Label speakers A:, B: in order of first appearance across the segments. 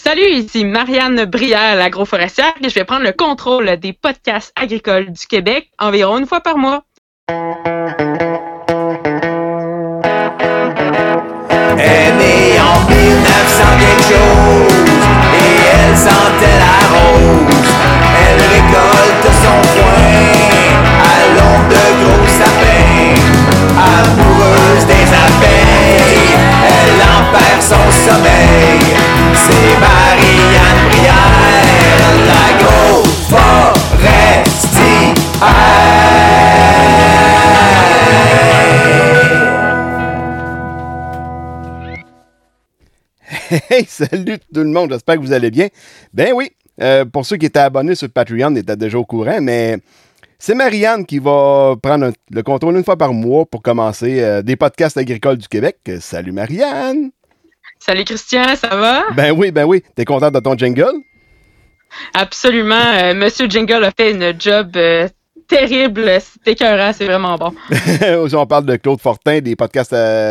A: Salut, ici Marianne Brière, l'agroforestière, et je vais prendre le contrôle des podcasts agricoles du Québec environ une fois par mois.
B: Elle est née en 1900 quelque chose, et elle sentait la rose. Elle récolte son foin à l'ombre de gros sapins. Amoureuse des abeilles, elle en perd son sommeil. C'est Marianne Brière, l'agroforestière.
C: Hey, salut tout le monde, j'espère que vous allez bien. Ben oui, pour ceux qui étaient abonnés sur Patreon, ils étaient déjà au courant, mais c'est Marianne qui va prendre le contrôle une fois par mois pour commencer des podcasts agricoles du Québec. Salut Marianne!
A: Salut Christian, ça va?
C: Ben oui. T'es contente de ton jingle?
A: Absolument. Monsieur Jingle a fait une job terrible. C'est écœurant, c'est vraiment bon.
C: On parle de Claude Fortin, des podcasts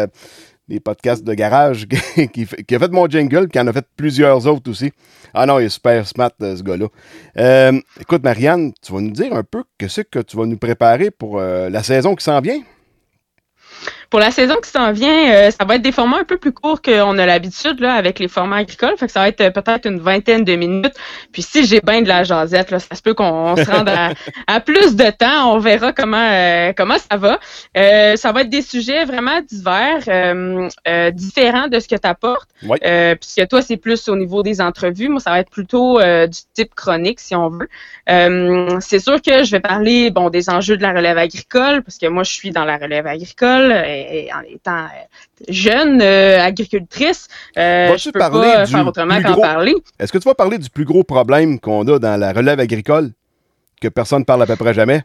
C: de garage qui a fait mon jingle, qui en a fait plusieurs autres aussi. Ah non, il est super smart, ce gars-là. Écoute, Marianne, tu vas nous dire un peu ce que tu vas nous préparer pour la saison qui s'en vient?
A: Pour la saison qui s'en vient, ça va être des formats un peu plus courts qu'on a l'habitude là, avec les formats agricoles. Fait que ça va être peut-être une vingtaine de minutes. Puis si j'ai bien de la jasette, là, ça se peut qu'on se rende à plus de temps. On verra comment ça va. Ça va être des sujets vraiment divers, différents de ce que tu apportes.
C: Oui.
A: Puisque toi, c'est plus au niveau des entrevues. Moi, ça va être plutôt du type chronique, si on veut. C'est sûr que je vais parler des enjeux de la relève agricole, parce que moi, je suis dans la relève agricole. Et en étant jeune agricultrice, je peux pas faire autrement qu'en parler.
C: Est-ce que tu vas parler du plus gros problème qu'on a dans la relève agricole que personne ne parle à peu près jamais?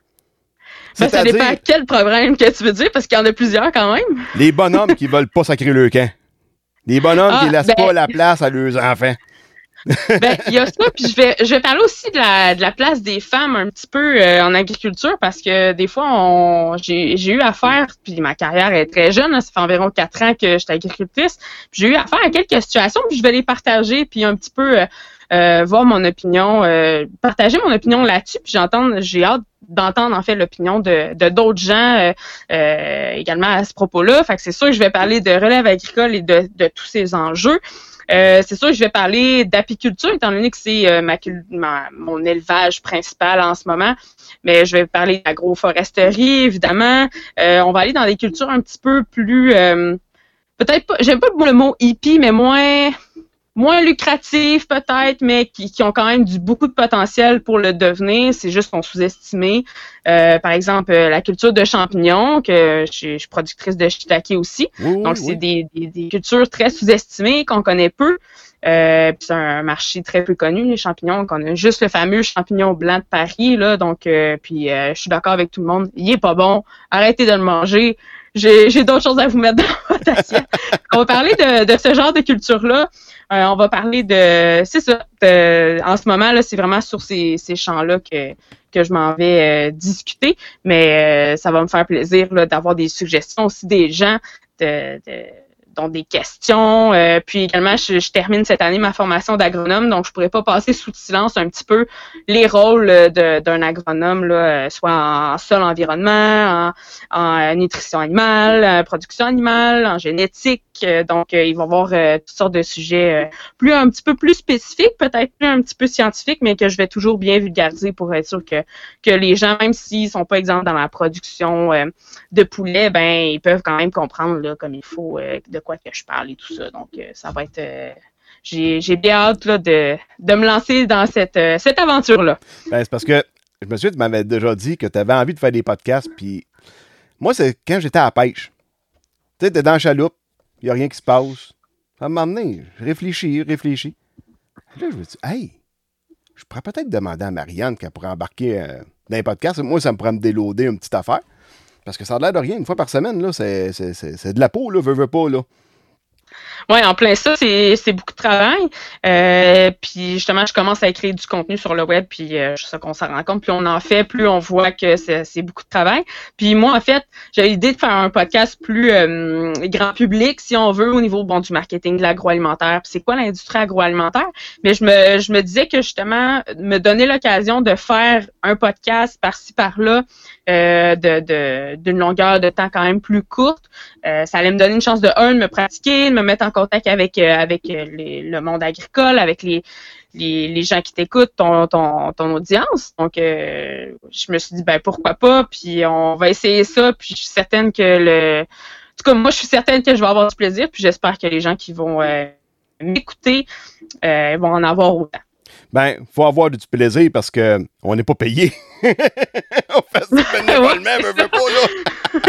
A: Ça dépend quel problème que tu veux dire, parce qu'il y en a plusieurs quand même.
C: Les bonhommes qui veulent pas sacrer le camp. Les bonhommes qui laissent pas la place à leurs enfants.
A: Il y a ça, puis je vais parler aussi de la place des femmes un petit peu en agriculture, parce que des fois, j'ai eu affaire, puis ma carrière est très jeune, là, ça fait environ 4 ans que je suis agricultrice, puis j'ai eu affaire à quelques situations, puis je vais les partager, puis un petit peu voir mon opinion, partager mon opinion là-dessus, puis j'ai hâte d'entendre en fait l'opinion de d'autres gens également à ce propos-là. Fait que c'est sûr que je vais parler de relève agricole et de tous ces enjeux. C'est sûr que je vais parler d'apiculture, étant donné que c'est mon élevage principal en ce moment. Mais je vais parler d'agroforesterie, évidemment. On va aller dans des cultures un petit peu plus... peut-être pas... J'aime pas le mot hippie, mais moins lucratifs peut-être, mais qui ont quand même beaucoup de potentiel pour le devenir. C'est juste qu'on sous-estimé. Par exemple, la culture de champignons, que je suis productrice de shiitake aussi.
C: Oui,
A: donc, c'est des cultures très sous-estimées qu'on connaît peu. Puis c'est un marché très peu connu, les champignons. On a juste le fameux champignon blanc de Paris, là. Donc, je suis d'accord avec tout le monde. Il est pas bon. Arrêtez de le manger. J'ai d'autres choses à vous mettre dans votre assiette. On va parler de ce genre de culture-là. On va parler c'est ça. En ce moment, là, c'est vraiment sur ces champs-là que je m'en vais discuter. Mais ça va me faire plaisir là, d'avoir des suggestions aussi des gens dont des questions. Puis également, je termine cette année ma formation d'agronome, donc je pourrais pas passer sous silence un petit peu les rôles d'un agronome, là, soit en sol environnement, en nutrition animale, production animale, en génétique. Donc, ils vont voir toutes sortes de sujets un petit peu plus spécifiques, peut-être plus un petit peu scientifiques, mais que je vais toujours bien vulgariser pour être sûr que les gens, même s'ils sont pas exemples dans la production de poulet, ils peuvent quand même comprendre là, comme il faut de quoi que je parle et tout ça. Donc, ça va être... j'ai bien hâte là, de me lancer dans cette aventure-là.
C: C'est parce que je me souviens, tu m'avais déjà dit que tu avais envie de faire des podcasts, puis moi, c'est quand j'étais à la pêche. Tu sais, t'es dans la chaloupe, il n'y a rien qui se passe. Ça m'a emmené, je réfléchis. Là, je me dis, hey, je pourrais peut-être demander à Marianne qu'elle pourrait embarquer dans les podcasts. Moi, ça me pourrait me déloader une petite affaire. Parce que ça a l'air de rien, une fois par semaine, là, c'est de la peau, là, veux pas, là.
A: Ouais, en plein ça, c'est beaucoup de travail. Puis justement, je commence à écrire du contenu sur le web, puis c'est ça qu'on s'en rend compte. Plus on en fait, plus on voit que c'est beaucoup de travail. Puis moi, en fait, j'avais l'idée de faire un podcast plus grand public, si on veut, au niveau du marketing de l'agroalimentaire. Puis c'est quoi l'industrie agroalimentaire? Mais je me disais que justement, me donner l'occasion de faire un podcast par-ci, par-là, d'une longueur de temps quand même plus courte, ça allait me donner une chance de me pratiquer, de me mettre en contact avec le monde agricole, avec les gens qui t'écoutent, ton audience. Donc, je me suis dit, ben pourquoi pas, puis on va essayer ça, puis je suis certaine que en tout cas, moi, je suis certaine que je vais avoir du plaisir, puis j'espère que les gens qui vont m'écouter vont en avoir autant.
C: Ben, faut avoir du plaisir parce que on n'est pas payé. On fait ça bénévolement, mais veut pas, là.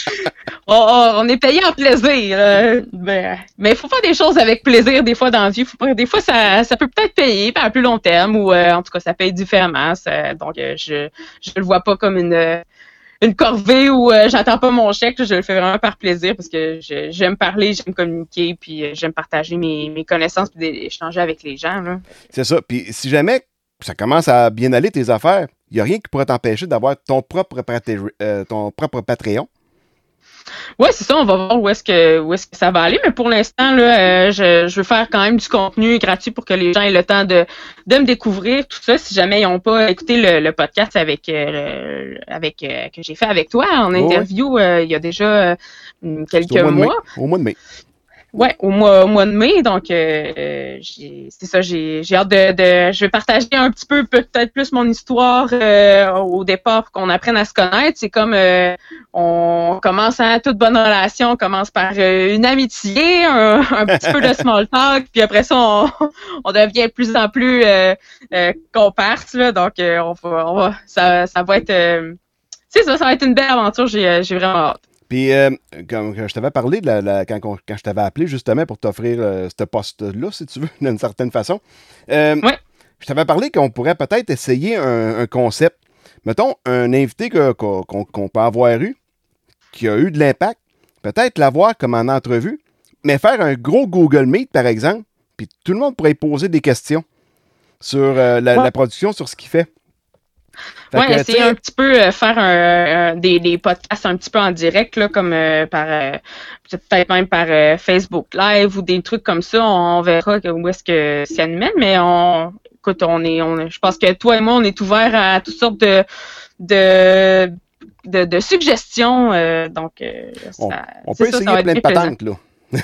A: On est payé en plaisir. Mais il faut faire des choses avec plaisir des fois dans la vie. Des fois, ça peut peut-être payer à plus long terme ou en tout cas, ça paye différemment. Donc, je le vois pas comme une corvée où j'attends pas mon chèque. Je le fais vraiment par plaisir parce que j'aime parler, j'aime communiquer, puis j'aime partager mes connaissances et échanger avec les gens. Là.
C: C'est ça. Puis si jamais ça commence à bien aller tes affaires, il n'y a rien qui pourrait t'empêcher d'avoir ton propre Patreon.
A: Oui, c'est ça, on va voir où est-ce que ça va aller, mais pour l'instant, là, je veux faire quand même du contenu gratuit pour que les gens aient le temps de me découvrir, tout ça, si jamais ils n'ont pas écouté le podcast que j'ai fait avec toi en interview il y a déjà quelques mois.
C: Au mois de mai.
A: Ouais, au mois de mai, donc c'est ça, j'ai hâte je vais partager un petit peu peut-être plus mon histoire au départ pour qu'on apprenne à se connaître. C'est comme on commence à toute bonne relation, on commence par une amitié, un petit peu de small talk, puis après ça on devient de plus en plus comparses là, donc ça va être c'est ça va être une belle aventure, j'ai vraiment hâte.
C: Puis, quand je t'avais parlé, quand je t'avais appelé justement pour t'offrir ce poste-là, si tu veux, d'une certaine façon, je t'avais parlé qu'on pourrait peut-être essayer un concept. Mettons, un invité qu'on peut avoir eu, qui a eu de l'impact, peut-être l'avoir comme en entrevue, mais faire un gros Google Meet, par exemple, puis tout le monde pourrait poser des questions sur la production, sur ce qu'il fait.
A: Oui, essayer un petit peu faire des podcasts un petit peu en direct, là, comme peut-être même par Facebook Live ou des trucs comme ça. On verra où est-ce que ça nous mène, mais écoute, je pense que toi et moi, on est ouverts à toutes sortes de suggestions. Donc,
C: on peut essayer plein de patentes, là.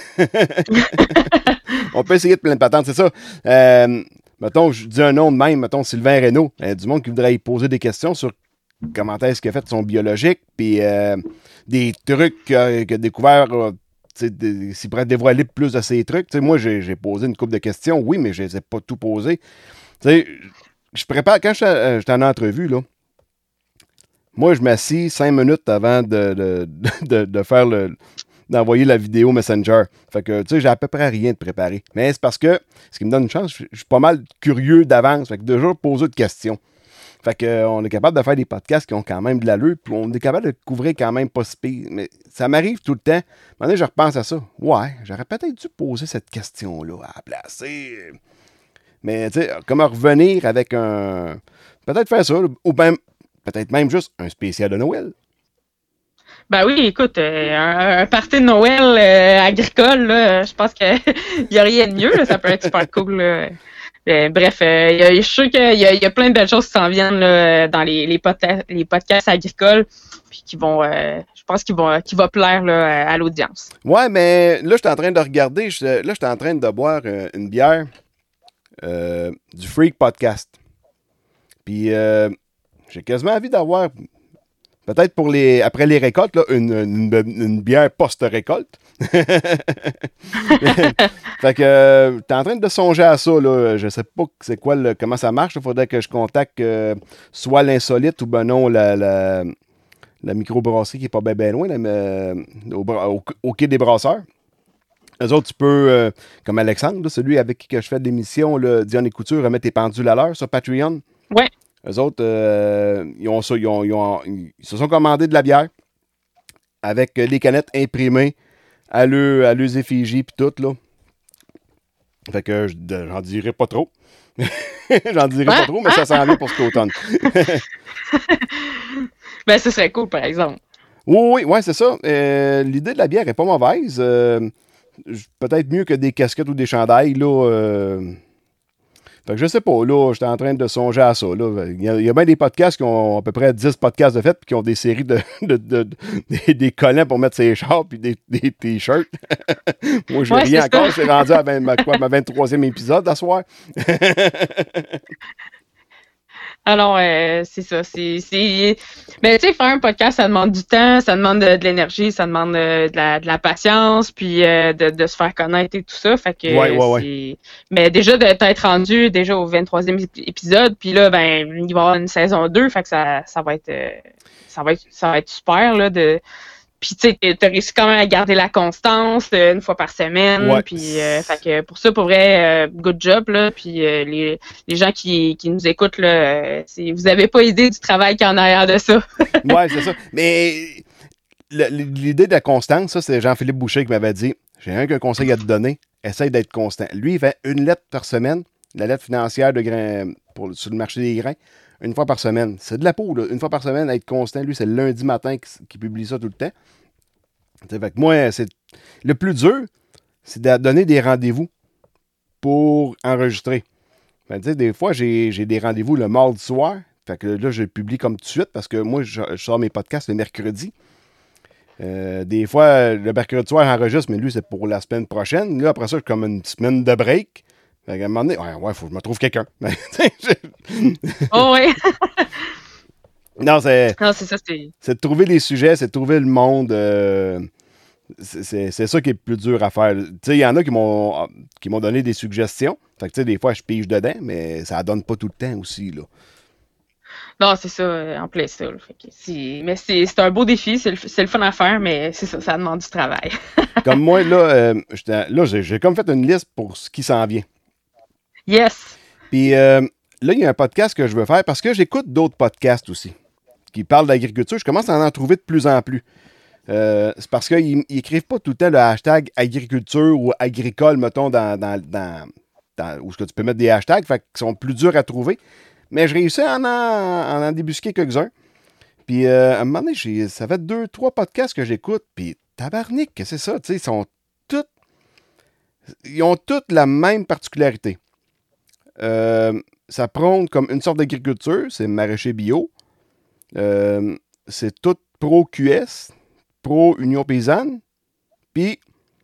C: On peut essayer de plein de patentes, c'est ça. Mettons, je dis un nom de même, mettons Sylvain Reynaud. Du monde qui voudrait y poser des questions sur comment est-ce qu'il a fait son biologique, puis des trucs qu'il a découvert, s'il pourrait dévoiler plus de ces trucs. T'sais, moi, j'ai posé une couple de questions, oui, mais je ne les ai pas tout posées. Je prépare, quand j'étais en entrevue, là, moi, je m'assis 5 minutes avant de faire d'envoyer la vidéo Messenger. Fait que, tu sais, j'ai à peu près rien de préparé. Mais c'est parce que, ce qui me donne une chance, je suis pas mal curieux d'avance. Fait que déjà, poser de questions. Fait que, on est capable de faire des podcasts qui ont quand même de l'allure, puis on est capable de couvrir quand même pas si pire. Mais ça m'arrive tout le temps. Maintenant, je repense à ça. Ouais, j'aurais peut-être dû poser cette question-là à placer. Mais, tu sais, comment revenir avec un... Peut-être faire ça, ou même, peut-être même juste un spécial de Noël.
A: Ben oui, écoute, un party de Noël agricole, là, je pense qu'il n'y a rien de mieux, là, ça peut être super cool. Là. Bref, je suis sûr qu'il y a plein de belles choses qui s'en viennent là, dans les podcasts agricoles, puis qui vont, je pense qui va plaire là, à l'audience.
C: Ouais, mais là, je suis en train de regarder, là, je suis en train de boire une bière du Freak Podcast. Puis, j'ai quasiment envie d'avoir... Peut-être après les récoltes, là, une bière post-récolte. Fait que t'es en train de songer à ça. Là. Je sais pas c'est quoi comment ça marche. Il faudrait que je contacte soit l'Insolite ou ben non la microbrasserie qui est pas bien loin, au quai des brasseurs. Eux autres, tu peux, comme Alexandre, là, celui avec qui que je fais de l'émission, Diane et Couture, remettre tes pendules à l'heure sur Patreon.
A: Ouais.
C: Eux autres, ils se sont commandés de la bière avec les canettes imprimées à leurs effigies puis tout, là. Fait que j'en dirai pas trop. J'en dirai pas trop, mais ça s'en vient pour cet automne.
A: Ben, ce serait cool, par exemple.
C: Oui, c'est ça. L'idée de la bière est pas mauvaise. Peut-être mieux que des casquettes ou des chandails, là. Fait que je sais pas, là, j'étais en train de songer à ça. Là. Il y a bien des podcasts qui ont à peu près 10 podcasts de fait, puis qui ont des séries des collants pour mettre ses chars, puis des t-shirts. Moi, je ris encore, c'est rendu à ma 23e épisode à soir.
A: Alors, c'est ça. Mais tu sais, faire un podcast, ça demande du temps, ça demande de l'énergie, ça demande de la patience, puis de se faire connaître et tout ça. Fait que
C: ouais.
A: Mais déjà, d'être rendu déjà au 23e épisode, puis là, ben, il va y avoir une saison 2, fait que ça va être super, là, Puis, tu sais, t'as réussi quand même à garder la constance une fois par semaine.
C: Ouais.
A: Puis, fait que pour ça, pour vrai, good job, là. Puis, les gens qui nous écoutent, là, vous avez pas idée du travail qu'il y a en arrière de ça.
C: Ouais, c'est ça. Mais l'idée de la constance, ça, c'est Jean-Philippe Boucher qui m'avait dit, j'ai un conseil à te donner, essaye d'être constant. Lui, il fait une lettre par semaine, la lettre financière de grains sur le marché des grains, une fois par semaine. C'est de la peau, là. Une fois par semaine, être constant. Lui, c'est le lundi matin qu'il publie ça tout le temps. Fait que moi, c'est le plus dur, c'est de donner des rendez-vous pour enregistrer. Ben, des fois, j'ai des rendez-vous le mardi soir. Fait que là, je publie comme tout de suite parce que moi, je sors mes podcasts le mercredi. Des fois, le mercredi soir, j'enregistre, mais lui, c'est pour la semaine prochaine. Là, après ça, j'ai comme une semaine de break. Fait qu'à un moment donné, ouais, faut que je me trouve quelqu'un.
A: Oh, oui.
C: Non, c'est
A: ça.
C: C'est de trouver les sujets, c'est de trouver le monde. C'est ça qui est le plus dur à faire. Tu sais, il y en a qui m'ont donné des suggestions. Fait que, tu sais, des fois, je pige dedans, mais ça donne pas tout le temps aussi, là.
A: Non, c'est ça, en plein ça. Mais c'est un beau défi, c'est le fun à faire, mais c'est ça demande du travail.
C: Comme moi, là, j'ai comme fait une liste pour ce qui s'en vient.
A: Yes!
C: Puis là, il y a un podcast que je veux faire parce que j'écoute d'autres podcasts aussi qui parlent d'agriculture. Je commence à en trouver de plus en plus. C'est parce qu'ils n'écrivent pas tout le temps le hashtag agriculture ou agricole, mettons, où est-ce que tu peux mettre des hashtags, fait qu'ils sont plus durs à trouver. Mais je réussis à en débusquer quelques-uns. Puis à un moment donné, ça fait 2-3 podcasts que j'écoute, puis tabarnak, que c'est ça, tu sais, ils ont toutes la même particularité. Ça prône comme une sorte d'agriculture, c'est maraîcher bio. C'est tout pro-QS, pro-Union paysanne. Puis,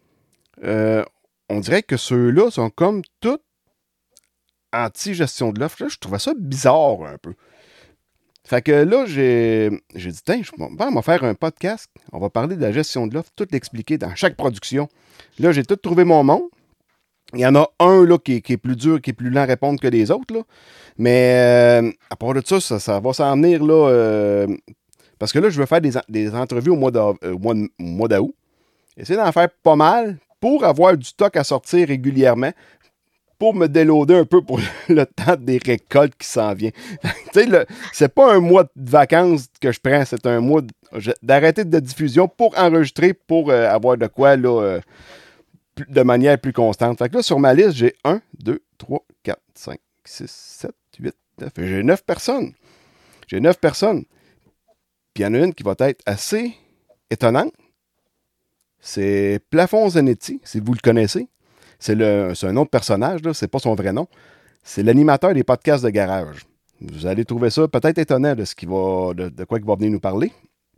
C: on dirait que ceux-là sont comme tout anti-gestion de l'offre. Là, je trouvais ça bizarre un peu. Fait que là, j'ai dit, tiens, on va faire un podcast. On va parler de la gestion de l'offre, tout l'expliquer dans chaque production. Là, j'ai tout trouvé mon monde. Il y en a un là, qui est plus dur, qui est plus lent à répondre que les autres. Là. Mais à part de ça va s'en venir là. Parce que là, je veux faire des entrevues au mois d'août. Essayer d'en faire pas mal pour avoir du stock à sortir régulièrement, pour me déloader un peu pour le temps des récoltes qui s'en vient. Tu sais, c'est pas un mois de vacances que je prends, c'est un mois d'arrêter de diffusion pour enregistrer, pour avoir de quoi là, de manière plus constante. Fait que là, sur ma liste, j'ai 1, 2, 3, 4, 5, 6, 7, 8, 9. J'ai 9 personnes. J'ai 9 personnes. Puis il y en a une qui va être assez étonnante. C'est Plafond Zanetti, si vous le connaissez. C'est un nom de personnage, là, c'est pas son vrai nom. C'est l'animateur des podcasts de garage. Vous allez trouver ça peut-être étonnant de quoi il va venir nous parler.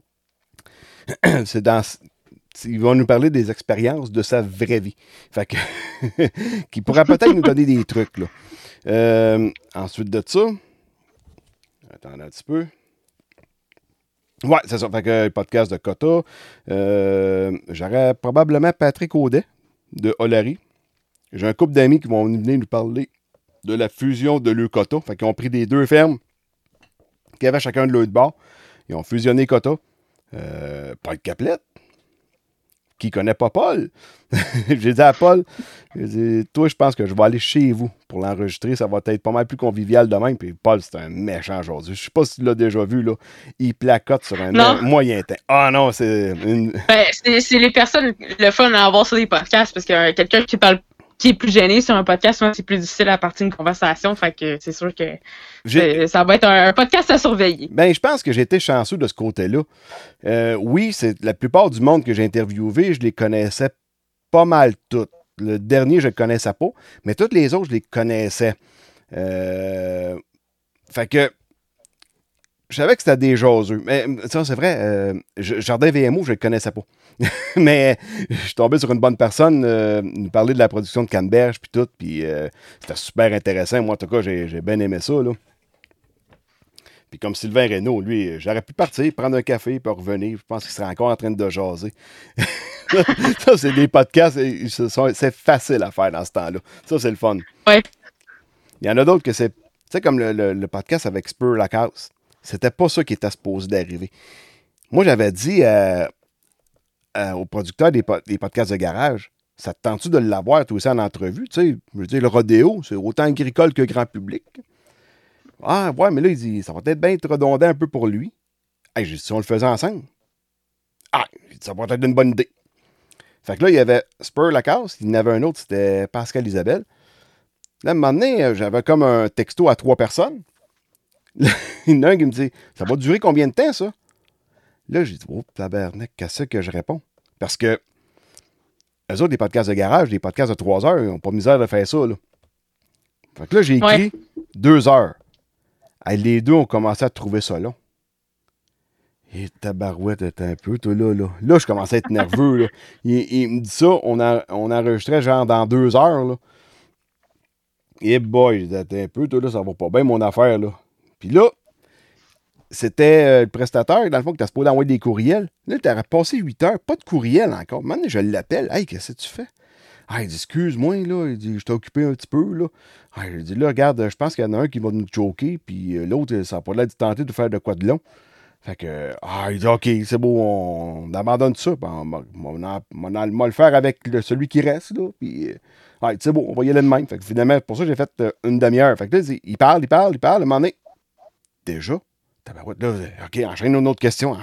C: Il va nous parler des expériences de sa vraie vie. Fait que qui pourra peut-être nous donner des trucs. Là. Ensuite de ça, attendez un petit peu. Ouais, c'est ça. Fait que le podcast de Cotta. J'aurais probablement Patrick Audet de Olary. J'ai un couple d'amis qui vont venir nous parler de la fusion de leur Cotta. Fait qu'ils ont pris des 2 fermes qui avaient chacun de l'autre bord. Ils ont fusionné Cotta. Paul Caplette. Qui connaît pas Paul? J'ai dit à Paul, toi, je pense que je vais aller chez vous pour l'enregistrer. Ça va être pas mal plus convivial de même. Puis Paul, c'est un méchant aujourd'hui. Je sais pas si tu l'as déjà vu, là. Il placote sur un moyen temps. Ah non, c'est
A: c'est les personnes le fun à avoir sur des podcasts parce que quelqu'un qui est plus gêné sur un podcast, souvent c'est plus difficile à partir d'une conversation. Fait que c'est sûr que ça va être un podcast à surveiller.
C: Ben, je pense que j'ai été chanceux de ce côté-là. Oui, c'est la plupart du monde que j'ai interviewé, je les connaissais pas mal toutes. Le dernier, je le connaissais pas, mais toutes les autres, je les connaissais. Fait que je savais que c'était des jaseux. Mais ça, c'est vrai, Jardin VMO, je le connaissais pas. Mais je suis tombé sur une bonne personne, nous parler de la production de canneberge puis tout, puis c'était super intéressant. Moi, en tout cas, j'ai bien aimé ça, là. Puis comme Sylvain Reynaud, lui, j'aurais pu partir, prendre un café, puis revenir. Je pense qu'il serait encore en train de jaser. Ça, c'est des podcasts, c'est facile à faire dans ce temps-là. Ça, c'est le fun.
A: Ouais.
C: Il y en a d'autres que c'est, tu sais, comme le podcast avec Spur Lacasse. C'était pas ça qui était supposé d'arriver. Moi, j'avais dit au producteur des podcasts de garage, ça te tente-tu de l'avoir, toi aussi, en entrevue? Tu sais, je veux dire, le rodéo, c'est autant agricole que grand public. Ah, ouais, mais là, il dit, ça va peut-être bien être redondant un peu pour lui. Hey, j'ai dit, si on le faisait ensemble. Ah, j'ai dit, ça va être une bonne idée. Fait que là, il y avait Spur Lacasse, il y en avait un autre, c'était Pascal Isabelle. Là, à un moment donné, j'avais comme un texto à 3 personnes. Il y en a un qui me dit, ça va durer combien de temps, ça? Là, j'ai dit, oh, tabarnak, qu'est-ce que je réponds? Parce que eux autres, des podcasts de garage, des podcasts de 3 heures, ils n'ont pas misère de faire ça, là. Fait que là, j'ai écrit 2 heures. Hey, les deux ont commencé à trouver ça long. Et tabarouette, était un peu, toi, là. Là, je commençais à être nerveux, là. Il me dit ça, on enregistrait genre dans 2 heures, là. Et boy, j'étais un peu, toi, là, ça va pas bien, mon affaire, là. Puis là, c'était le prestataire, dans le fond, que t'as supposé envoyer des courriels. Là, t'aurais passé 8 heures, pas de courriel encore. Maintenant, je l'appelle. Hey, qu'est-ce que tu fais? Ah, il dit, excuse-moi, là. Il dit, je t'ai occupé un petit peu, là. Ah, il dit, là, regarde, je pense qu'il y en a un qui va nous choquer, puis l'autre, ça n'a pas l'air de tenter de faire de quoi de long. Fait que, il dit, OK, c'est beau, on abandonne ça. On va le faire avec celui qui reste, là. Puis, c'est beau, on va y aller de même. Fait que finalement, pour ça, j'ai fait une demi-heure. Fait que là, il parle, à un moment donné. Déjà? Là, OK, enchaîne une autre question,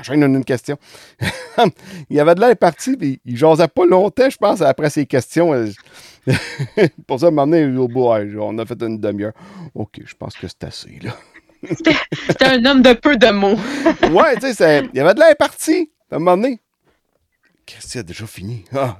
C: Il avait de l'air parti, puis il jasait pas longtemps, je pense, après ses questions. Pour ça, à un moment donné, on a fait une demi-heure. OK, je pense que c'est assez, là.
A: C'était un homme de peu de mots.
C: Ouais, tu sais, il avait de l'air parti, à un moment donné. Qu'est-ce que c'est déjà fini? Ah.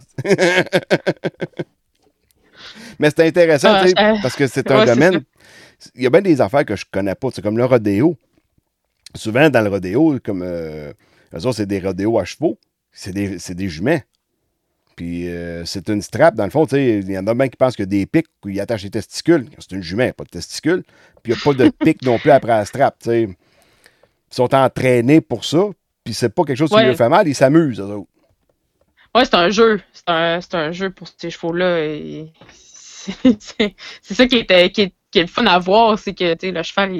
C: Mais c'était intéressant, parce que c'est un domaine. Il y a bien des affaires que je connais pas. C'est comme le rodéo. Souvent, dans le rodéo, comme eux autres, c'est des rodéos à chevaux. C'est des juments. Puis c'est une strap, dans le fond, tu sais, il y en a bien qui pensent qu'il y a des pics où ils attachent les testicules. C'est une jument, pas de testicules. Puis il n'y a pas de pic non plus après la strap, tu sais. Ils sont entraînés pour ça. Puis c'est pas quelque chose qui leur fait mal, ils s'amusent, eux autres.
A: Ouais, c'est un jeu. C'est un jeu pour ces chevaux-là. Et c'est ça qui est le fun à voir, c'est que le cheval,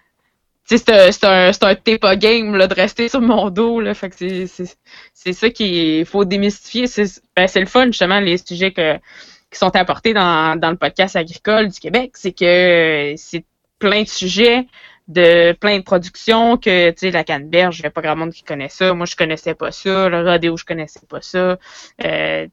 A: c'est un TEPA game là, de rester sur mon dos. Là, fait que c'est ça qu'il faut démystifier. C'est le fun, justement, les sujets qui sont apportés dans le podcast agricole du Québec. C'est que c'est plein de sujets, de plein de productions, que la canneberge, il n'y a pas grand monde qui connaît ça. Moi, je connaissais pas ça. Le rodéo, je connaissais pas ça. Fait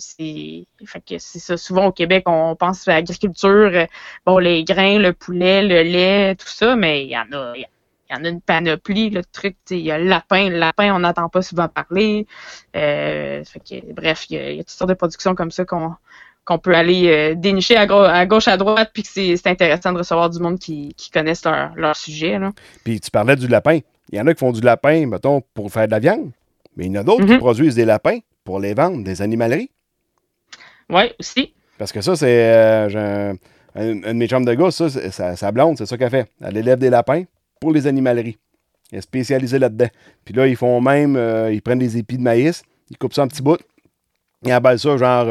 A: que c'est ça. Souvent au Québec, on pense à l'agriculture, les grains, le poulet, le lait, tout ça, mais il y en a une panoplie là, de trucs. Il y a le lapin. Le lapin, on n'entend pas souvent parler. Fait que, bref, il y a toutes sortes de productions comme ça qu'on peut aller dénicher à gauche, à droite, puis que c'est intéressant de recevoir du monde qui connaissent leur sujet. Là.
C: Puis tu parlais du lapin. Il y en a qui font du lapin, mettons, pour faire de la viande, mais il y en a d'autres qui produisent des lapins pour les vendre, des animaleries.
A: Oui, aussi.
C: Parce que ça, c'est un de mes chums de gars, sa blonde, c'est ça qu'elle fait. Elle élève des lapins pour les animaleries. Elle est spécialisée là-dedans. Puis là, ils font même, ils prennent des épis de maïs, ils coupent ça en petits bouts, ils emballent ça genre...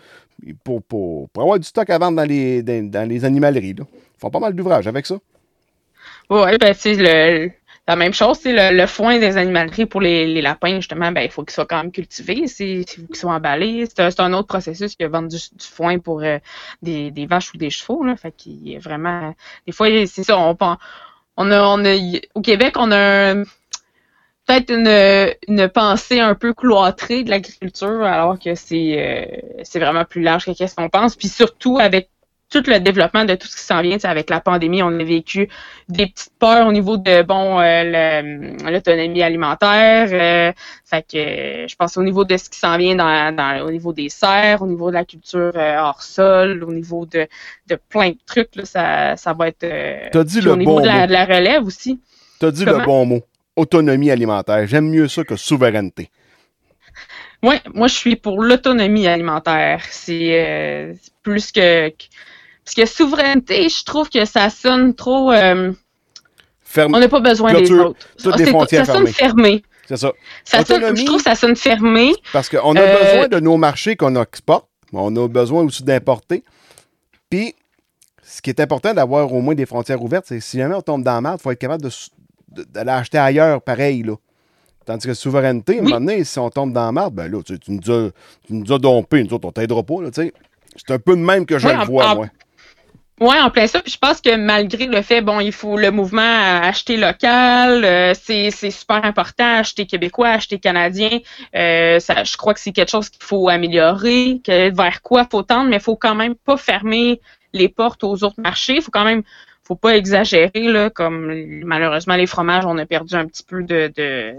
C: Pour avoir du stock à vendre dans les animaleries. Là. Ils font pas mal d'ouvrages avec ça.
A: Oui, ben c'est la même chose, c'est le foin des animaleries pour les lapins, justement, ben il faut qu'ils soient quand même cultivés, il faut qu'ils soient emballés. C'est un autre processus que vendre du foin pour des vaches ou des chevaux. Là. Fait qu'il y a vraiment. Des fois, c'est ça, on a au Québec, on a peut-être une pensée un peu cloîtrée de l'agriculture, alors que c'est vraiment plus large que ce qu'on pense. Puis surtout, avec tout le développement de tout ce qui s'en vient, avec la pandémie, on a vécu des petites peurs au niveau de l'autonomie alimentaire. Fait que je pense au niveau de ce qui s'en vient au niveau des serres, au niveau de la culture hors sol, au niveau de plein de trucs, là, ça va être
C: T'as dit
A: au niveau de la relève aussi.
C: T'as dit le bon mot. Autonomie alimentaire. J'aime mieux ça que souveraineté.
A: Oui, moi je suis pour l'autonomie alimentaire. C'est plus que parce que souveraineté, je trouve que ça sonne trop. On n'a pas besoin des autres.
C: Toutes les frontières
A: ça sonne fermé.
C: C'est ça.
A: Je trouve que ça sonne fermé.
C: Parce qu'on a besoin de nos marchés qu'on exporte. On a besoin aussi d'importer. Puis, ce qui est important d'avoir au moins des frontières ouvertes, c'est que si jamais on tombe dans la merde, il faut être capable d'aller acheter ailleurs, pareil, là. Tandis que souveraineté, à un moment donné, si on tombe dans la merde, ben là, tu nous as dompé, nous autres, on t'aidera pas, là, tu sais. C'est un peu de même que je le vois, moi.
A: Oui, en plein ça. Puis je pense que malgré le fait, il faut le mouvement à acheter local, c'est super important, acheter québécois, acheter canadien. Je crois que c'est quelque chose qu'il faut améliorer, vers quoi faut tendre, mais il faut quand même pas fermer les portes aux autres marchés. Faut pas exagérer, là, comme malheureusement les fromages, on a perdu un petit peu de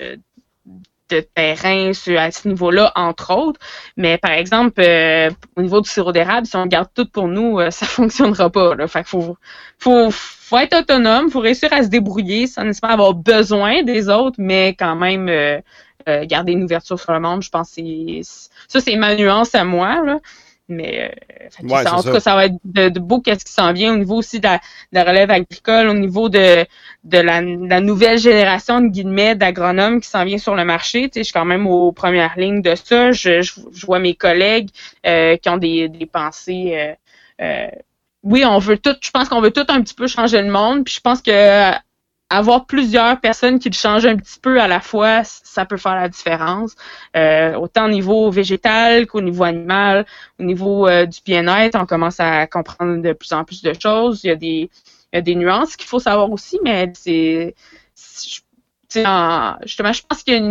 A: terrain à ce niveau-là, entre autres. Mais par exemple, au niveau du sirop d'érable, si on garde tout pour nous, ça fonctionnera pas, là. Fait qu'il faut être autonome, faut réussir à se débrouiller sans nécessairement avoir besoin des autres, mais quand même garder une ouverture sur le monde. Je pense que c'est ma nuance à moi, là. Mais en tout cas, ça va être de beau qu'est-ce qui s'en vient au niveau aussi de la relève agricole, au niveau de la nouvelle génération de guillemets d'agronomes qui s'en vient sur le marché. Tu sais, je suis quand même aux premières lignes de ça. Je vois mes collègues qui ont des pensées. Oui, je pense qu'on veut tout un petit peu changer le monde. Puis je pense que avoir plusieurs personnes qui le changent un petit peu à la fois, ça peut faire la différence. Autant au niveau végétal qu'au niveau animal, au niveau du bien-être, on commence à comprendre de plus en plus de choses. Il y a des nuances qu'il faut savoir aussi, mais justement, je pense qu'il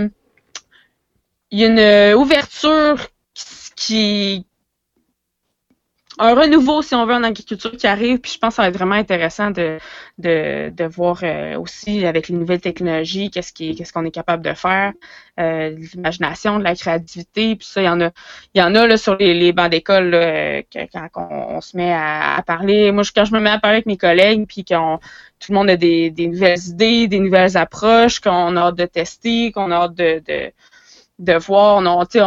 A: y a une ouverture un renouveau, si on veut, en agriculture qui arrive, puis je pense que ça va être vraiment intéressant de voir aussi avec les nouvelles technologies, qu'est-ce qu'on est capable de faire, l'imagination, de la créativité, puis ça, il y en a là, sur les bancs d'école là, quand on se met à parler. Moi, quand je me mets à parler avec mes collègues, puis tout le monde a des nouvelles idées, des nouvelles approches, qu'on a hâte de tester, qu'on a hâte de voir,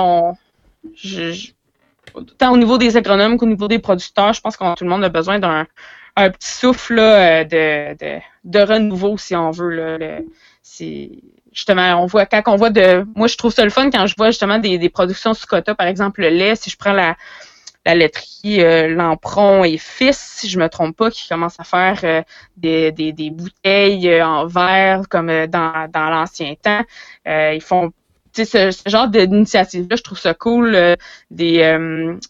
A: tant au niveau des agronomes qu'au niveau des producteurs, je pense que tout le monde a besoin d'un petit souffle là, de renouveau, si on veut. Là, c'est justement, quand on voit moi, je trouve ça le fun quand je vois justement des productions sous quota, par exemple le lait, si je prends la laiterie Lampron et Fils, si je me trompe pas, qui commence à faire des bouteilles en verre comme dans l'ancien temps. Ils font ce genre d'initiative-là, je trouve ça cool. Il y a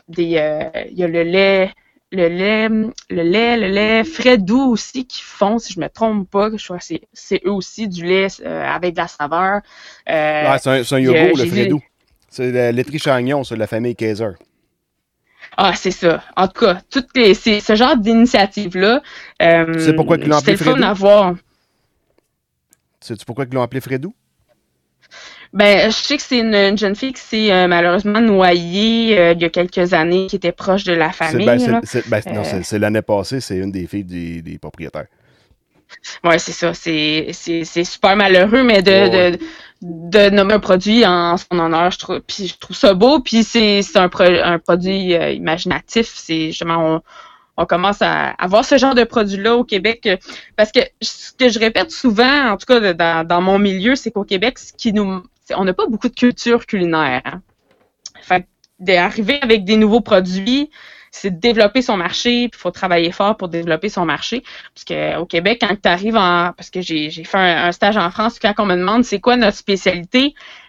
A: le lait frais doux aussi qui font, si je me trompe pas, je crois que c'est eux aussi du lait avec de la saveur.
C: C'est un yogourt, le frais doux. C'est la laiterie Chagnon, c'est la famille Kaiser.
A: Ah, c'est ça. En tout cas, ce genre d'initiative-là,
C: tu sais pourquoi ils l'ont appelé
A: c'est le fun à voir.
C: Sais-tu pourquoi ils l'ont appelé frais doux?
A: Ben, je sais que c'est une jeune fille qui s'est malheureusement noyée il y a quelques années, qui était proche de la famille.
C: Non, c'est l'année passée, c'est une des filles des propriétaires.
A: Oui, c'est ça. C'est super malheureux, mais de nommer un produit en son honneur, je trouve ça beau. Puis c'est un produit imaginatif. C'est justement on commence à avoir ce genre de produit-là au Québec. Parce que ce que je répète souvent, en tout cas dans mon milieu, c'est qu'au Québec, on n'a pas beaucoup de culture culinaire. Hein. Fait d'arriver avec des nouveaux produits, c'est de développer son marché, puis il faut travailler fort pour développer son marché. Parce qu'au Québec, quand tu arrives parce que j'ai fait un stage en France, quand on me demande c'est quoi notre spécialité,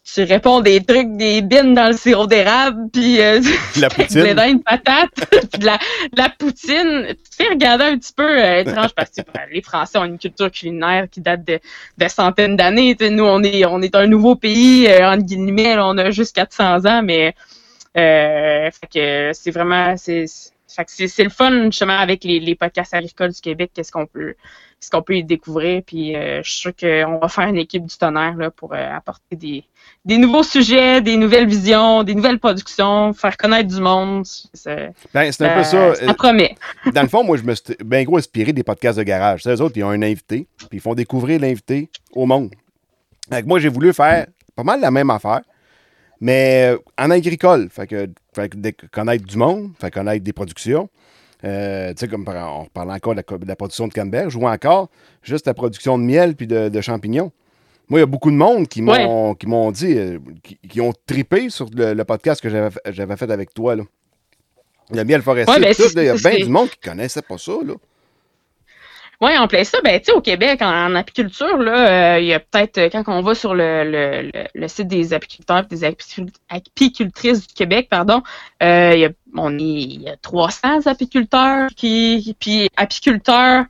A: tu réponds des trucs, des bines dans le sirop d'érable, puis
C: La poutine.
A: des dents de patate, puis de la poutine. Tu te fais regarder un petit peu étrange parce que les Français ont une culture culinaire qui date de centaines d'années. T'sais, nous, on est un nouveau pays, entre guillemets, là, on a juste 400 ans, mais fait que c'est vraiment fait que c'est le fun justement avec les podcasts agricoles du Québec, qu'est-ce qu'on peut y découvrir, puis je suis sûr qu'on va faire une équipe du tonnerre là, pour apporter des nouveaux sujets, des nouvelles visions, des nouvelles productions, faire connaître du monde.
C: C'est un peu ça.
A: Ça promet.
C: Dans le fond, moi, je me suis bien gros inspiré des podcasts de garage. C'est eux autres, ils ont un invité, puis ils font découvrir l'invité au monde. Donc, moi, j'ai voulu faire pas mal la même affaire, mais en agricole. Fait que connaître du monde, fait connaître des productions. Tu sais, comme on parle encore de la production de canneberge, ou encore juste la production de miel puis de champignons. Moi, il y a beaucoup de monde qui m'ont dit, qui ont trippé sur le podcast que j'avais fait avec toi, là. Le miel forestier, il y a bien du monde qui connaissait pas ça, là.
A: Oui, en plein ça, ben tu sais, au Québec, en apiculture, là, il y a peut-être, quand on va sur le site des apiculteurs et des apicultrices du Québec, pardon, il y a 300 apiculteurs puis apiculteurs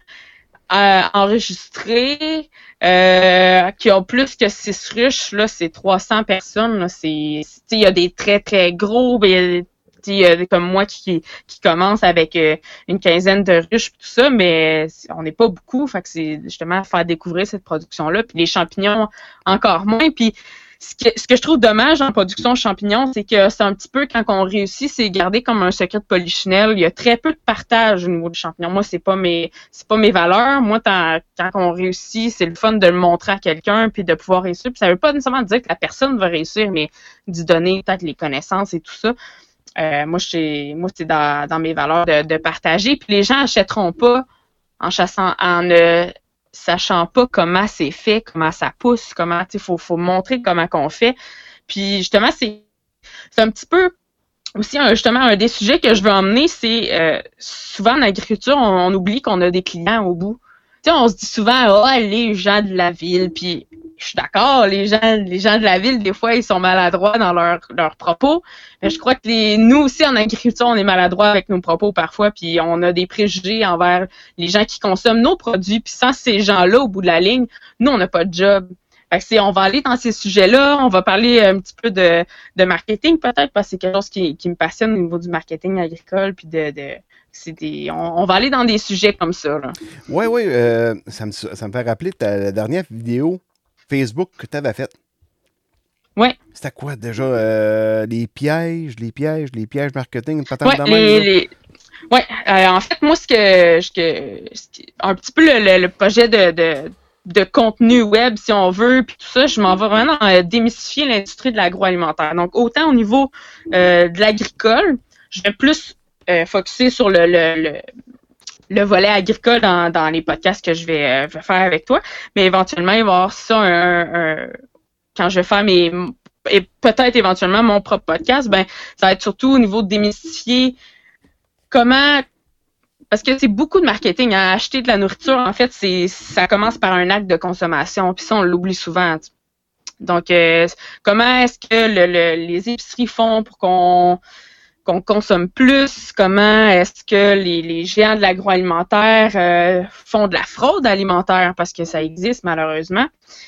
A: enregistrés, qui ont plus que 6 ruches, là, c'est 300 personnes, là, il y a des très, très gros, ben, comme moi qui commence avec une quinzaine de ruches et tout ça, mais on n'est pas beaucoup, fait que c'est justement faire découvrir cette production-là, puis les champignons encore moins, puis ce que je trouve dommage en production de champignons, c'est que c'est un petit peu, quand on réussit, c'est garder comme un secret de polichinelle. Il y a très peu de partage au niveau des champignons. Moi, c'est pas mes valeurs. Moi, quand on réussit, c'est le fun de le montrer à quelqu'un puis de pouvoir réussir. Puis ça veut pas nécessairement dire que la personne va réussir, mais d'y donner peut-être les connaissances et tout ça. Moi, c'est dans mes valeurs de partager. Puis les gens achèteront pas en ne sachant pas comment c'est fait, comment ça pousse, comment, tu sais, faut montrer comment qu'on fait. Puis justement, c'est un petit peu aussi justement un des sujets que je veux emmener, c'est souvent en agriculture, on oublie qu'on a des clients au bout. Tu sais, on se dit souvent, les gens de la ville, puis je suis d'accord, les gens de la ville, des fois, ils sont maladroits dans leurs propos. Mais je crois que nous aussi, en agriculture, on est maladroits avec nos propos parfois, puis on a des préjugés envers les gens qui consomment nos produits. Puis sans ces gens-là, au bout de la ligne, nous, on n'a pas de job. Fait que on va aller dans ces sujets-là, on va parler un petit peu de marketing peut-être, parce que c'est quelque chose qui me passionne au niveau du marketing agricole, puis on va aller dans des sujets comme ça.
C: Oui, ça me fait rappeler la dernière vidéo Facebook que tu avais faite.
A: Oui.
C: C'était quoi déjà? Les pièges marketing,
A: Oui, en fait, moi, un petit peu le projet de contenu web, si on veut, puis tout ça, je m'en vais vraiment démystifier l'industrie de l'agroalimentaire. Donc, autant au niveau de l'agricole, je vais plus focusser sur le volet agricole dans les podcasts que je vais faire avec toi, mais éventuellement, il va y avoir ça quand je vais faire et peut-être éventuellement mon propre podcast, ben ça va être surtout au niveau de démystifier comment, parce que c'est beaucoup de marketing, hein. Acheter de la nourriture, en fait, ça commence par un acte de consommation, puis ça, on l'oublie souvent. Donc, comment est-ce que les épiceries font pour qu'on consomme plus? Comment est-ce que les géants de l'agroalimentaire font de la fraude alimentaire? Parce que ça existe, malheureusement.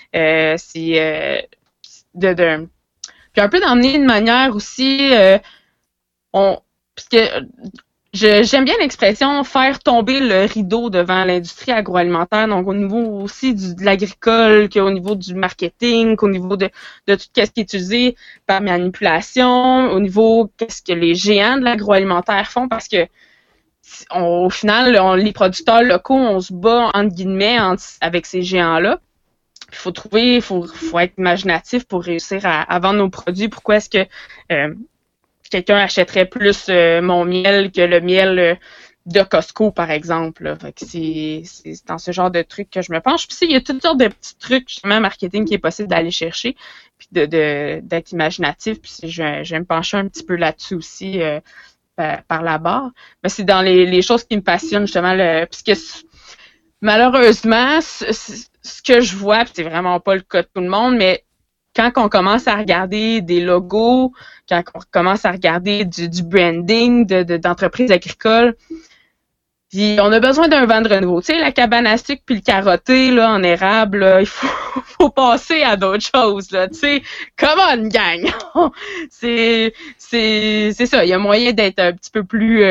A: Puis un peu d'emmener une manière aussi, parce que j'aime bien l'expression faire tomber le rideau devant l'industrie agroalimentaire, donc au niveau aussi de l'agricole, qu'au niveau du marketing, qu'au niveau de tout ce qui est utilisé par manipulation, au niveau qu'est-ce que les géants de l'agroalimentaire font, parce que au final, les producteurs locaux, on se bat entre guillemets avec ces géants-là. Il faut être imaginatif pour réussir à vendre nos produits. Pourquoi est-ce que quelqu'un achèterait plus mon miel que le miel de Costco, par exemple? Là. Fait que c'est dans ce genre de trucs que je me penche. Puis il y a toutes sortes de petits trucs, justement, marketing qui est possible d'aller chercher, puis d'être imaginatif. Puis je vais me pencher un petit peu là-dessus aussi par la barre. Mais c'est dans les choses qui me passionnent, justement, puisque malheureusement, ce que je vois, puis c'est vraiment pas le cas de tout le monde, mais quand on commence à regarder des logos, quand on commence à regarder du branding d'entreprises agricoles, puis on a besoin d'un vent de renouveau. Tu sais, la cabane à sucre puis le carotté là, en érable, là, il faut passer à d'autres choses. Là, tu sais, come on, gang! c'est ça. Il y a moyen d'être un petit peu plus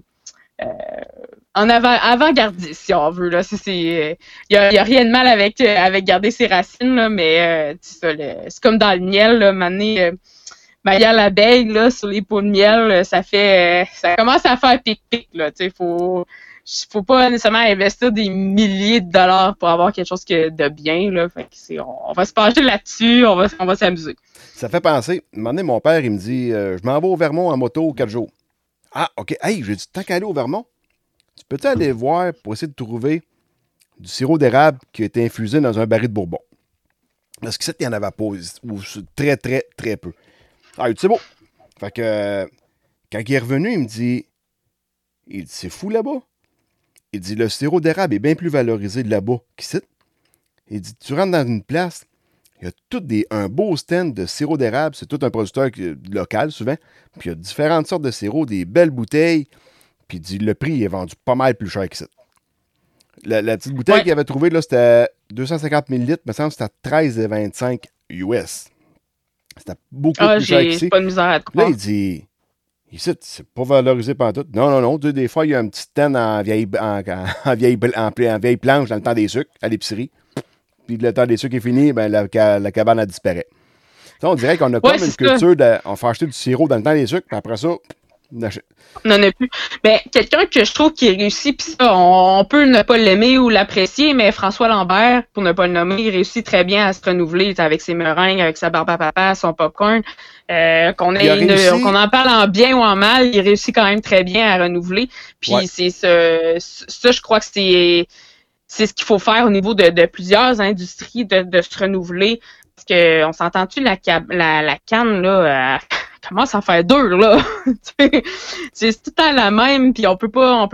A: en avant-gardiste, si on veut. Là. Il y a rien de mal avec garder ses racines, là, mais c'est comme dans le miel, là, Maya l'abeille, là, sur les pots de miel, ça commence à faire pic-pic, là, tu sais, faut pas nécessairement investir des milliers de dollars pour avoir quelque chose de bien, là, fait que on va se pencher là-dessus, on va s'amuser.
C: Ça fait penser, un moment donné, mon père, il me dit, je m'en vais au Vermont en moto 4 jours. Ah, OK, hey, j'ai dit, tant qu'à aller au Vermont, tu peux-tu aller voir pour essayer de trouver du sirop d'érable qui a été infusé dans un baril de bourbon? Parce que ça, il n'y en avait pas, ou très, très, très peu. Ah, c'est beau. Fait que, quand il est revenu, il dit, c'est fou là-bas. Il dit, le sirop d'érable est bien plus valorisé là-bas qu'ici. Il dit, tu rentres dans une place, il y a un beau stand de sirop d'érable, c'est tout un producteur local souvent, puis il y a différentes sortes de sirop, des belles bouteilles, puis il dit, le prix est vendu pas mal plus cher qu'ici. La petite bouteille qu'il avait trouvée, là, c'était 250 ml, il me semble que c'était 13,25 US. C'était beaucoup plus cher qu'ici.
A: J'ai pas de misère à te croire.
C: Là, il dit, ici, c'est pas valorisé par tout. Non. Des fois, il y a un petit stand en vieille planche dans le temps des sucres, à l'épicerie. Puis le temps des sucres est fini, ben la cabane a disparu. On dirait qu'on a comme une culture on fait acheter du sirop dans le temps des sucres, puis après ça, on achète.
A: On n'en a plus. Mais quelqu'un que je trouve qui réussit, puis ça, on peut ne pas l'aimer ou l'apprécier, mais François Lambert, pour ne pas le nommer, il réussit très bien à se renouveler avec ses meringues, avec sa barbe à papa, son popcorn. Qu'on en parle en bien ou en mal, il réussit quand même très bien à renouveler. Puis c'est ça, je crois que c'est ce qu'il faut faire au niveau de plusieurs industries, de se renouveler. Parce que on s'entend-tu, la canne, là, commence à faire dur, là. C'est tout le temps la même, puis on peut pas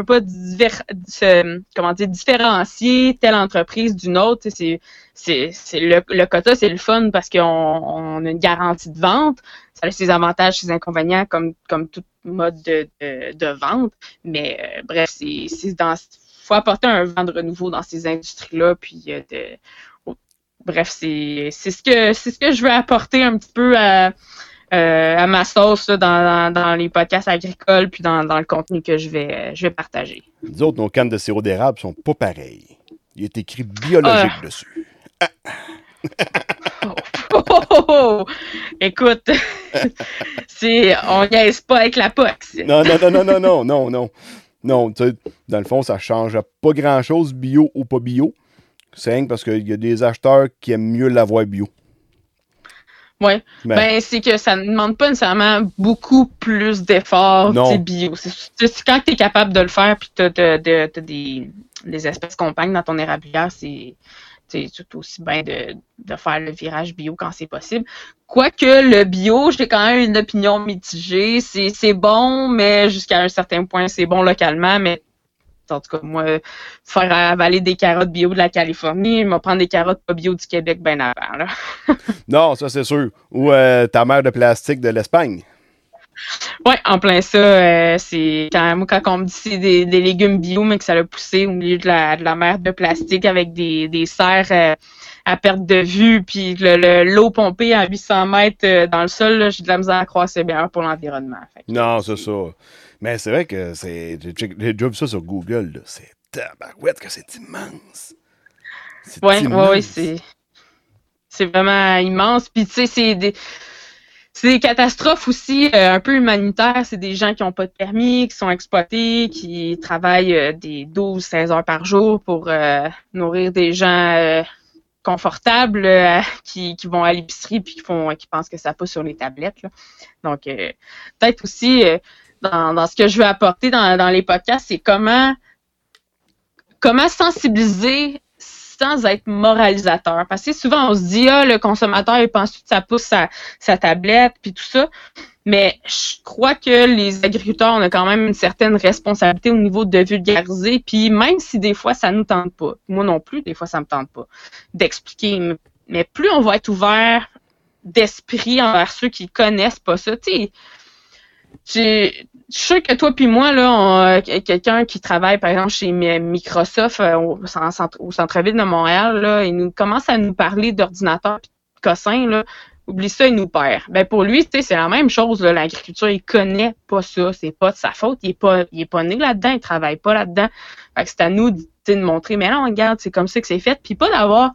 A: différencier telle entreprise d'une autre. C'est le quota, c'est le fun parce qu'on a une garantie de vente. Ça a ses avantages, ses inconvénients, comme tout mode de vente. Mais bref, faut apporter un vent de renouveau dans ces industries-là, puis bref, c'est ce que je veux apporter un petit peu à ma sauce là, dans les podcasts agricoles puis dans le contenu que je vais partager.
C: Nous autres, nos cannes de sirop d'érable sont pas pareilles. Il est écrit biologique dessus.
A: Écoute, on niaise pas avec la pox.
C: Non. Non, tu sais, dans le fond, ça change pas grand-chose, bio ou pas bio. C'est rien parce qu'il y a des acheteurs qui aiment mieux l'avoir bio.
A: Oui. Ben, c'est que ça ne demande pas nécessairement beaucoup plus d'efforts bio. C'est quand tu es capable de le faire puis tu as des espèces compagnes dans ton érablière, c'est tout aussi bien de faire le virage bio quand c'est possible. Quoique le bio, j'ai quand même une opinion mitigée. C'est bon, mais jusqu'à un certain point, c'est bon localement, mais en tout cas, moi, faire avaler des carottes bio de la Californie, me prendre des carottes pas bio du Québec bien avant. Là.
C: Non, ça c'est sûr. Ou ta mère de plastique de l'Espagne.
A: Oui, en plein ça. C'est quand on me dit c'est des légumes bio, mais que ça l'a poussé au milieu de la mer de plastique avec des serres à perte de vue, puis l'eau pompée à 800 mètres dans le sol, là, j'ai de la misère à croire que c'est meilleur pour l'environnement.
C: Non, c'est ça. Mais c'est vrai que j'ai déjà vu ça sur Google. Là. C'est tabarouette que c'est immense.
A: Oui, c'est vraiment immense. Puis tu sais, c'est des catastrophes aussi un peu humanitaires. C'est des gens qui n'ont pas de permis, qui sont exploités, qui travaillent des 12-16 heures par jour pour nourrir des gens confortables qui vont à l'épicerie puis qui pensent que ça pousse sur les tablettes. Là. Donc, peut-être aussi... dans ce que je veux apporter dans les podcasts, c'est comment sensibiliser sans être moralisateur. Parce que souvent, on se dit, le consommateur, il pense que ça pousse sa tablette, puis tout ça. Mais je crois que les agriculteurs, on a quand même une certaine responsabilité au niveau de vulgariser. Puis même si des fois, ça nous tente pas, moi non plus, des fois, ça me tente pas, d'expliquer. Mais plus on va être ouvert d'esprit envers ceux qui connaissent pas ça. Tu sais, je suis sûr que toi puis moi, là, quelqu'un qui travaille, par exemple, chez Microsoft au centre-ville de Montréal, là, il nous commence à nous parler d'ordinateurs et de cossins, là. Oublie ça, il nous perd. Ben pour lui, tu sais, c'est la même chose, là. L'agriculture, il connaît pas ça. C'est pas de sa faute. Il est pas né là-dedans. Il travaille pas là-dedans. Fait que c'est à nous de montrer, mais là, regarde, c'est comme ça que c'est fait. Puis pas d'avoir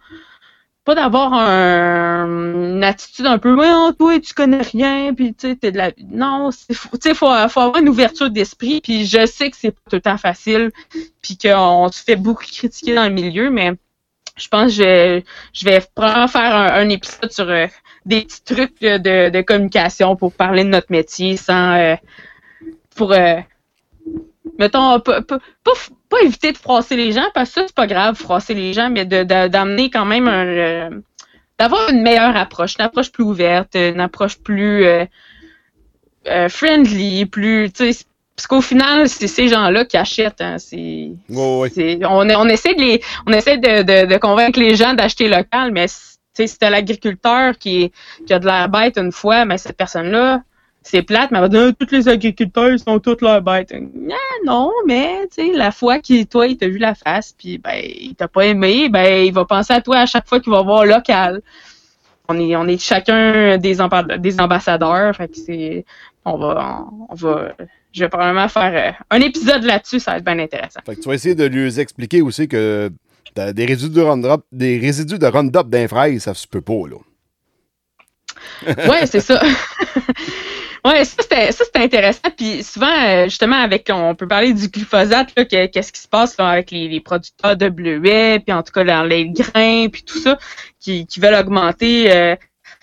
A: une attitude un peu, ouais, toi, tu connais rien, puis tu sais, t'es de la... Non, faut avoir une ouverture d'esprit, puis je sais que c'est pas tout le temps facile, puis qu'on se fait beaucoup critiquer dans le milieu, mais je pense que je vais probablement faire un épisode sur des petits trucs de communication pour parler de notre métier sans... mettons, pas éviter de froisser les gens, parce que ça, c'est pas grave, froisser les gens, mais d'amener quand même d'avoir une meilleure approche, une approche plus ouverte, une approche plus friendly, plus, tu sais, parce qu'au final, c'est ces gens-là qui achètent, hein, on essaie de convaincre les gens d'acheter local, mais, tu sais, si t'as l'agriculteur qui a de l'air bête une fois, mais cette personne-là, c'est plate, mais elle va dire tous les agriculteurs, ils sont tous leurs bêtes. Non, mais tu sais, la fois toi, il t'a vu la face, puis ben, il t'a pas aimé, ben, il va penser à toi à chaque fois qu'il va voir local. On est chacun des ambassadeurs, fait que je vais probablement faire un épisode là-dessus, ça va être bien intéressant.
C: Fait que tu vas essayer de lui expliquer aussi que t'as des résidus de Roundup d'un fraise, ça se peut pas, là.
A: Ouais, c'est ça. Ouais, ça c'était intéressant. Puis souvent, justement, on peut parler du glyphosate, là, qu'est-ce qui se passe là, avec les producteurs de bleuets, puis en tout cas dans les grains, puis tout ça, qui veulent augmenter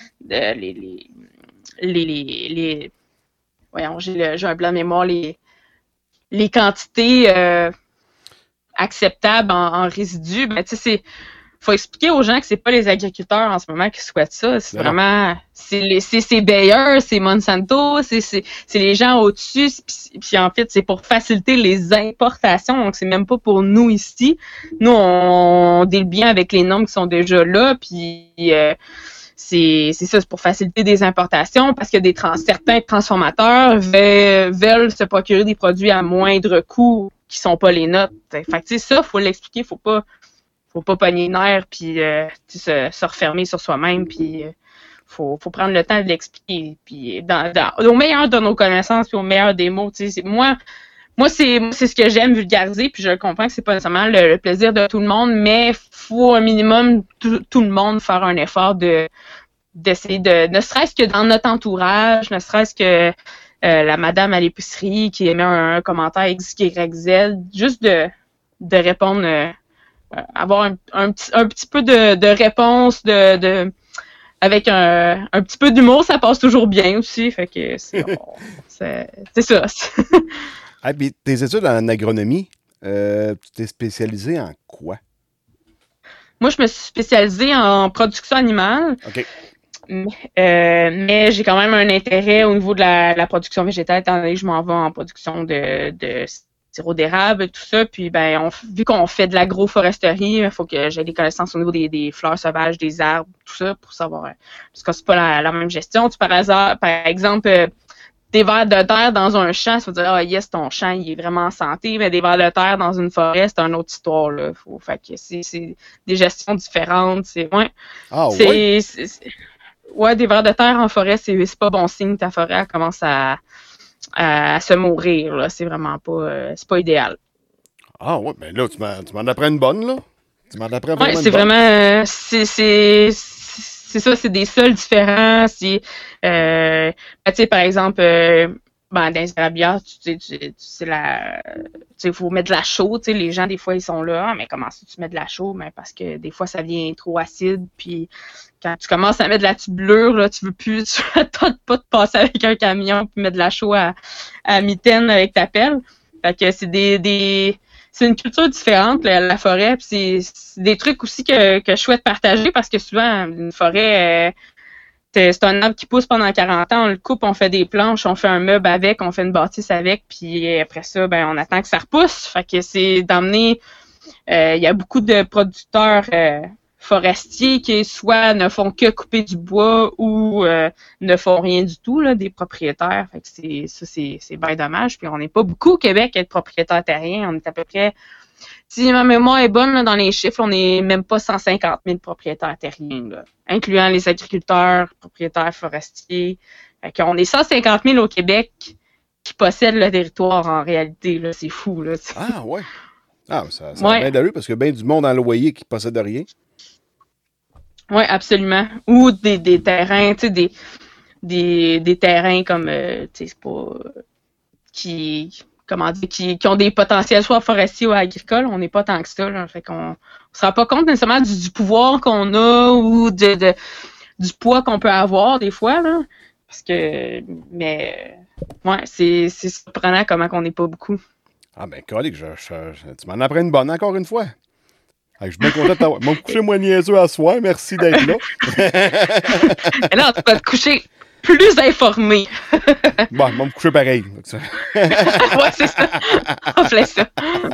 A: voyons, j'ai un blanc de mémoire, les quantités acceptables en résidus. Ben, tu sais, faut expliquer aux gens que c'est pas les agriculteurs en ce moment qui souhaitent ça. C'est vraiment, c'est Bayer, c'est Monsanto, c'est les gens au-dessus. Puis en fait, c'est pour faciliter les importations. Donc, c'est même pas pour nous ici. Nous, on deal bien avec les normes qui sont déjà là. Puis, c'est ça, c'est pour faciliter des importations parce que certains transformateurs veulent se procurer des produits à moindre coût qui sont pas les nôtres. Fait que, tu sais, ça, faut l'expliquer. Faut pas pogner les nerfs puis se refermer sur soi-même puis faut prendre le temps de l'expliquer puis au meilleur de nos connaissances puis au meilleur des mots, tu sais, moi c'est ce que j'aime vulgariser puis je comprends que c'est pas nécessairement le plaisir de tout le monde, mais faut un minimum tout le monde faire un effort d'essayer ne serait-ce que dans notre entourage, ne serait-ce que la madame à l'épicerie qui émet un commentaire XYZ, juste de répondre avoir un petit peu de réponse avec un petit peu d'humour, ça passe toujours bien aussi. Fait que c'est ça.
C: Ah, puis tes études en agronomie, tu t'es spécialisé en quoi?
A: Moi, je me suis spécialisée en production animale.
C: OK.
A: Mais j'ai quand même un intérêt au niveau de la production végétale, étant donné que je m'en vais en production de sirop d'érable, tout ça. Puis, vu qu'on fait de l'agroforesterie, il faut que j'ai des connaissances au niveau des fleurs sauvages, des arbres, tout ça, pour savoir. Parce que c'est pas la même gestion. Par exemple, des vers de terre dans un champ, ça veut dire, yes, ton champ, il est vraiment en santé. Mais des vers de terre dans une forêt, c'est une autre histoire, là. Fait que c'est des gestions différentes. Ouais, des vers de terre en forêt, c'est pas bon signe. Ta forêt, elle commence à se mourir, là. C'est vraiment pas, c'est pas idéal.
C: Ah ouais, mais là, tu m'en apprends une bonne, là. Tu m'en apprends vraiment une bonne.
A: Vraiment, c'est ça, c'est des sols différents. Tu sais, par exemple, dans les érablières, tu sais, il faut mettre de la chaux, tu sais, les gens, des fois, ils sont là, mais comment ça, tu mets de la chaux? Mais parce que des fois, ça devient trop acide, puis quand tu commences à mettre de la tubulure, là, tu attends pas de passer avec un camion puis mettre de la chaux à mitaine avec ta pelle. Fait que c'est une culture différente, la forêt, puis c'est des trucs aussi que je souhaite partager parce que souvent, une forêt, c'est un arbre qui pousse pendant 40 ans, on le coupe, on fait des planches, on fait un meuble avec, on fait une bâtisse avec, puis après ça, on attend que ça repousse. Fait que c'est d'emmener, il y a beaucoup de producteurs forestiers qui soit ne font que couper du bois ou ne font rien du tout, là, des propriétaires. Fait que c'est bien dommage. Puis on n'est pas beaucoup au Québec à être propriétaire terrien. On est à peu près, si ma mémoire est bonne là, dans les chiffres, on n'est même pas 150 000 propriétaires terriens, là, incluant les agriculteurs, propriétaires forestiers. Fait qu'on est 150 000 au Québec qui possèdent le territoire en réalité. Là, c'est fou. Là.
C: Ah, ouais. Ah, ça a bien d'allure parce que bien du monde en loyer qui possède rien.
A: Oui, absolument. Ou des terrains, tu sais, des terrains comme, tu sais, c'est pas, qui ont des potentiels soit forestiers ou agricoles. On n'est pas tant que ça, là. Fait qu'on se rend pas compte nécessairement du pouvoir qu'on a ou du poids qu'on peut avoir des fois, là. Parce que, mais, ouais, c'est surprenant comment qu'on n'est pas beaucoup.
C: Ah, ben, colique, tu m'en apprends une bonne encore une fois. Je suis bien content de t'avoir. M'en coucher moins niaiseux à soir. Merci d'être là.
A: Et là, tu vas te coucher plus informé.
C: Bon, je vais me coucher pareil.
A: Ouais, c'est ça. On fait ça.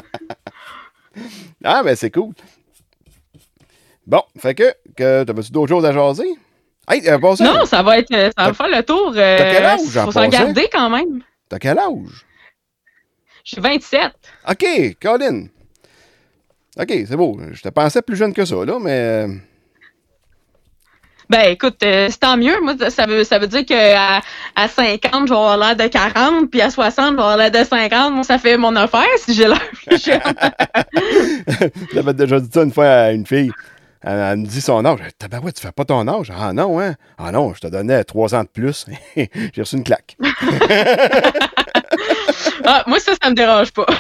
C: Ah, ben, c'est cool. Bon, fait que t'avais-tu d'autres choses à jaser? Hey,
A: non, ça va faire le tour.
C: T'as quel âge,
A: faut s'en garder quand même.
C: T'as quel âge?
A: J'ai 27.
C: OK, Colin. OK, c'est beau. Je te pensais plus jeune que ça, là, mais...
A: Ben, écoute, c'est tant mieux. Moi, ça veut dire qu'à 50, je vais avoir l'air de 40, puis à 60, je vais avoir l'air de 50. Bon, ça fait mon affaire si j'ai l'air plus jeune.
C: J'avais déjà dit ça une fois à une fille. Elle me dit son âge. Tabarouette, tu fais pas ton âge? Ah non, hein? Ah non, je te donnais 3 ans de plus. J'ai reçu une claque.
A: Ah, moi, ça me dérange pas.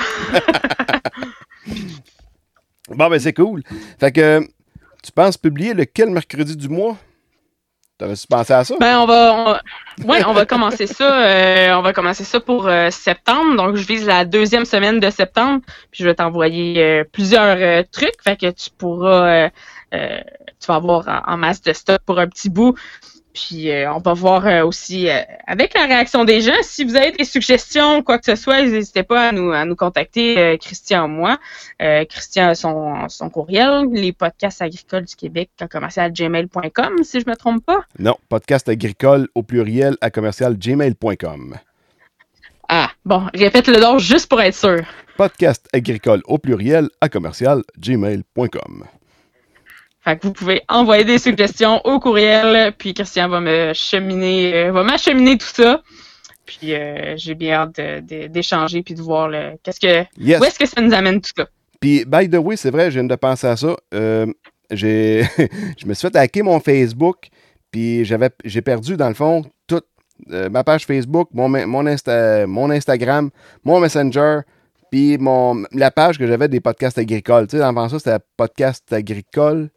C: Bon, ben c'est cool. Fait que, tu penses publier lequel mercredi du mois? T'avais-tu pensé à ça?
A: Ben, on va commencer ça. On va commencer ça pour septembre. Donc, je vise la 2e semaine de septembre. Puis, je vais t'envoyer plusieurs trucs. Fait que tu pourras... tu vas avoir en masse de stock pour un petit bout. Puis, on va voir aussi avec la réaction des gens. Si vous avez des suggestions, quoi que ce soit, n'hésitez pas à nous contacter, Christian ou moi. Christian a son courriel, les podcasts agricoles du Québec, @gmail.com, si je me trompe pas.
C: Non, podcast agricole au pluriel @gmail.com.
A: Ah, bon, répète-le donc juste pour être sûr.
C: Podcast agricole au pluriel @gmail.com.
A: Fait que vous pouvez envoyer des suggestions au courriel, puis Christian va m'acheminer tout ça. Puis j'ai bien hâte d'échanger puis de voir où est-ce que ça nous amène tout ça.
C: Puis, by the way, c'est vrai, je viens de penser à ça. Je me suis fait hacker mon Facebook, puis j'ai perdu, dans le fond, toute ma page Facebook, mon Instagram, mon Messenger, puis la page que j'avais des podcasts agricoles. Tu sais, avant ça, c'était podcast agricole.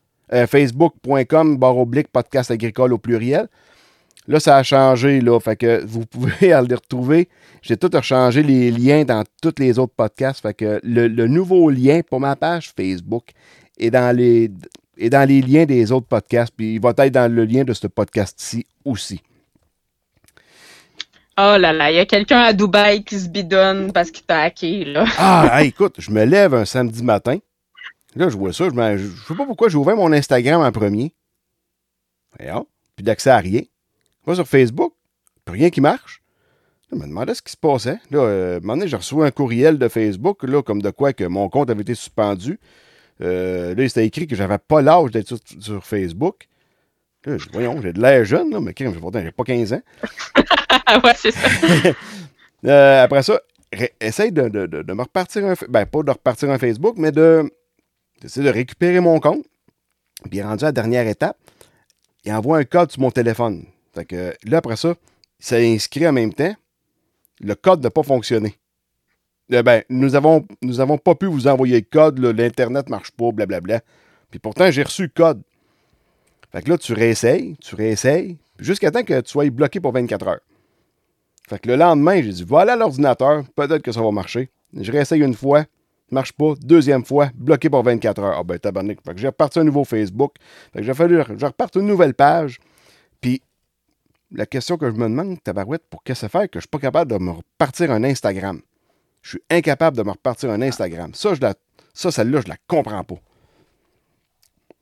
C: Facebook.com/podcast agricole au pluriel. Là, ça a changé, là. Fait que vous pouvez aller les retrouver. J'ai tout rechangé les liens dans tous les autres podcasts. Fait que le nouveau lien pour ma page Facebook est dans les liens des autres podcasts. Puis il va être dans le lien de ce podcast-ci aussi.
A: Oh là là, il y a quelqu'un à Dubaï qui se bidonne parce qu'il t'a hacké, là.
C: Ah, hey, écoute, je me lève un samedi matin. Là, je vois ça. Je sais pas pourquoi j'ai ouvert mon Instagram en premier. Voyons. Puis d'accès à rien. Je vais sur Facebook. Puis rien qui marche. Je me demandais ce qui se passait. Là, à un moment donné, j'ai reçu un courriel de Facebook, là, comme de quoi que mon compte avait été suspendu. Là, il s'était écrit que j'avais pas l'âge d'être sur Facebook. Là, voyons, j'ai de l'air jeune, là, mais pourtant, j'ai pas 15 ans.
A: Ouais, c'est ça.
C: Après ça, essaye de me repartir pas de repartir un Facebook, mais d'essayer de récupérer mon compte. Puis rendu à la dernière étape, il envoie un code sur mon téléphone. Fait que là, après ça, il s'est inscrit en même temps. Le code n'a pas fonctionné. Nous avons pas pu vous envoyer le code, là, l'Internet ne marche pas, blablabla. Puis pourtant, j'ai reçu le code. Fait que là, tu réessayes, jusqu'à temps que tu sois bloqué pour 24 heures. Fait que le lendemain, j'ai dit, va aller à l'ordinateur, peut-être que ça va marcher. Je réessaye une fois, marche pas. Deuxième fois, bloqué pour 24 heures. Ah ben, tabarnak. Fait que j'ai reparti un nouveau Facebook. Fait que j'ai fallu je reparte une nouvelle page. Puis, la question que je me demande, tabarouette, pour qu'est-ce que ça fait que je suis pas capable de me repartir un Instagram? Je suis incapable de me repartir un Instagram. Celle-là, je la comprends pas.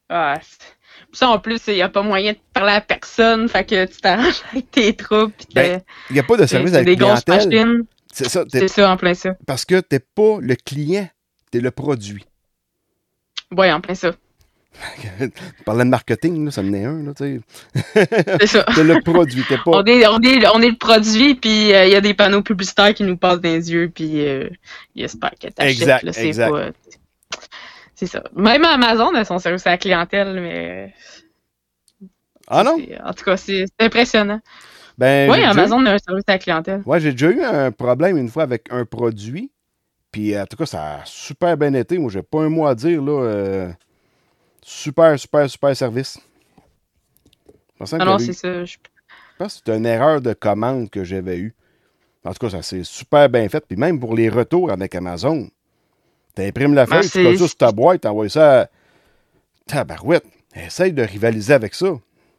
A: Ah, puis ça, en plus, il n'y a pas moyen de parler à personne, fait que tu t'arranges avec tes troupes.
C: Ben, il n'y a pas de service
A: c'est
C: avec
A: des grosses
C: clientèle.
A: machines.
C: C'est ça.
A: C'est ça, en plein ça.
C: Parce que t'es pas le client, t'es le produit.
A: Ouais, en plein ça.
C: Tu parlais de marketing, là, ça menait un, là, tu
A: C'est ça.
C: sais. T'es le produit, t'es pas...
A: On est le produit, puis il y a des panneaux publicitaires qui nous passent dans les yeux, puis il espère que t'achètes.
C: Exact,
A: Là, c'est
C: exact.
A: pas... C'est ça. Même Amazon a son service à la clientèle, mais...
C: Ah non?
A: En tout cas, c'est impressionnant.
C: Ben,
A: Oui, Amazon a un service à la clientèle.
C: Ouais, j'ai déjà eu un problème une fois avec un produit. Puis, en tout cas, ça a super bien été. Moi, j'ai pas un mot à dire, là. Super, super, super service.
A: Ah non, c'est ça.
C: Je pense que c'était une erreur de commande que j'avais eue. En tout cas, ça s'est super bien fait. Puis même pour les retours avec Amazon, t'imprimes la feuille, tu colles ça sur ta boîte, t'envoies ça à tabarouette. Essaye de rivaliser avec ça.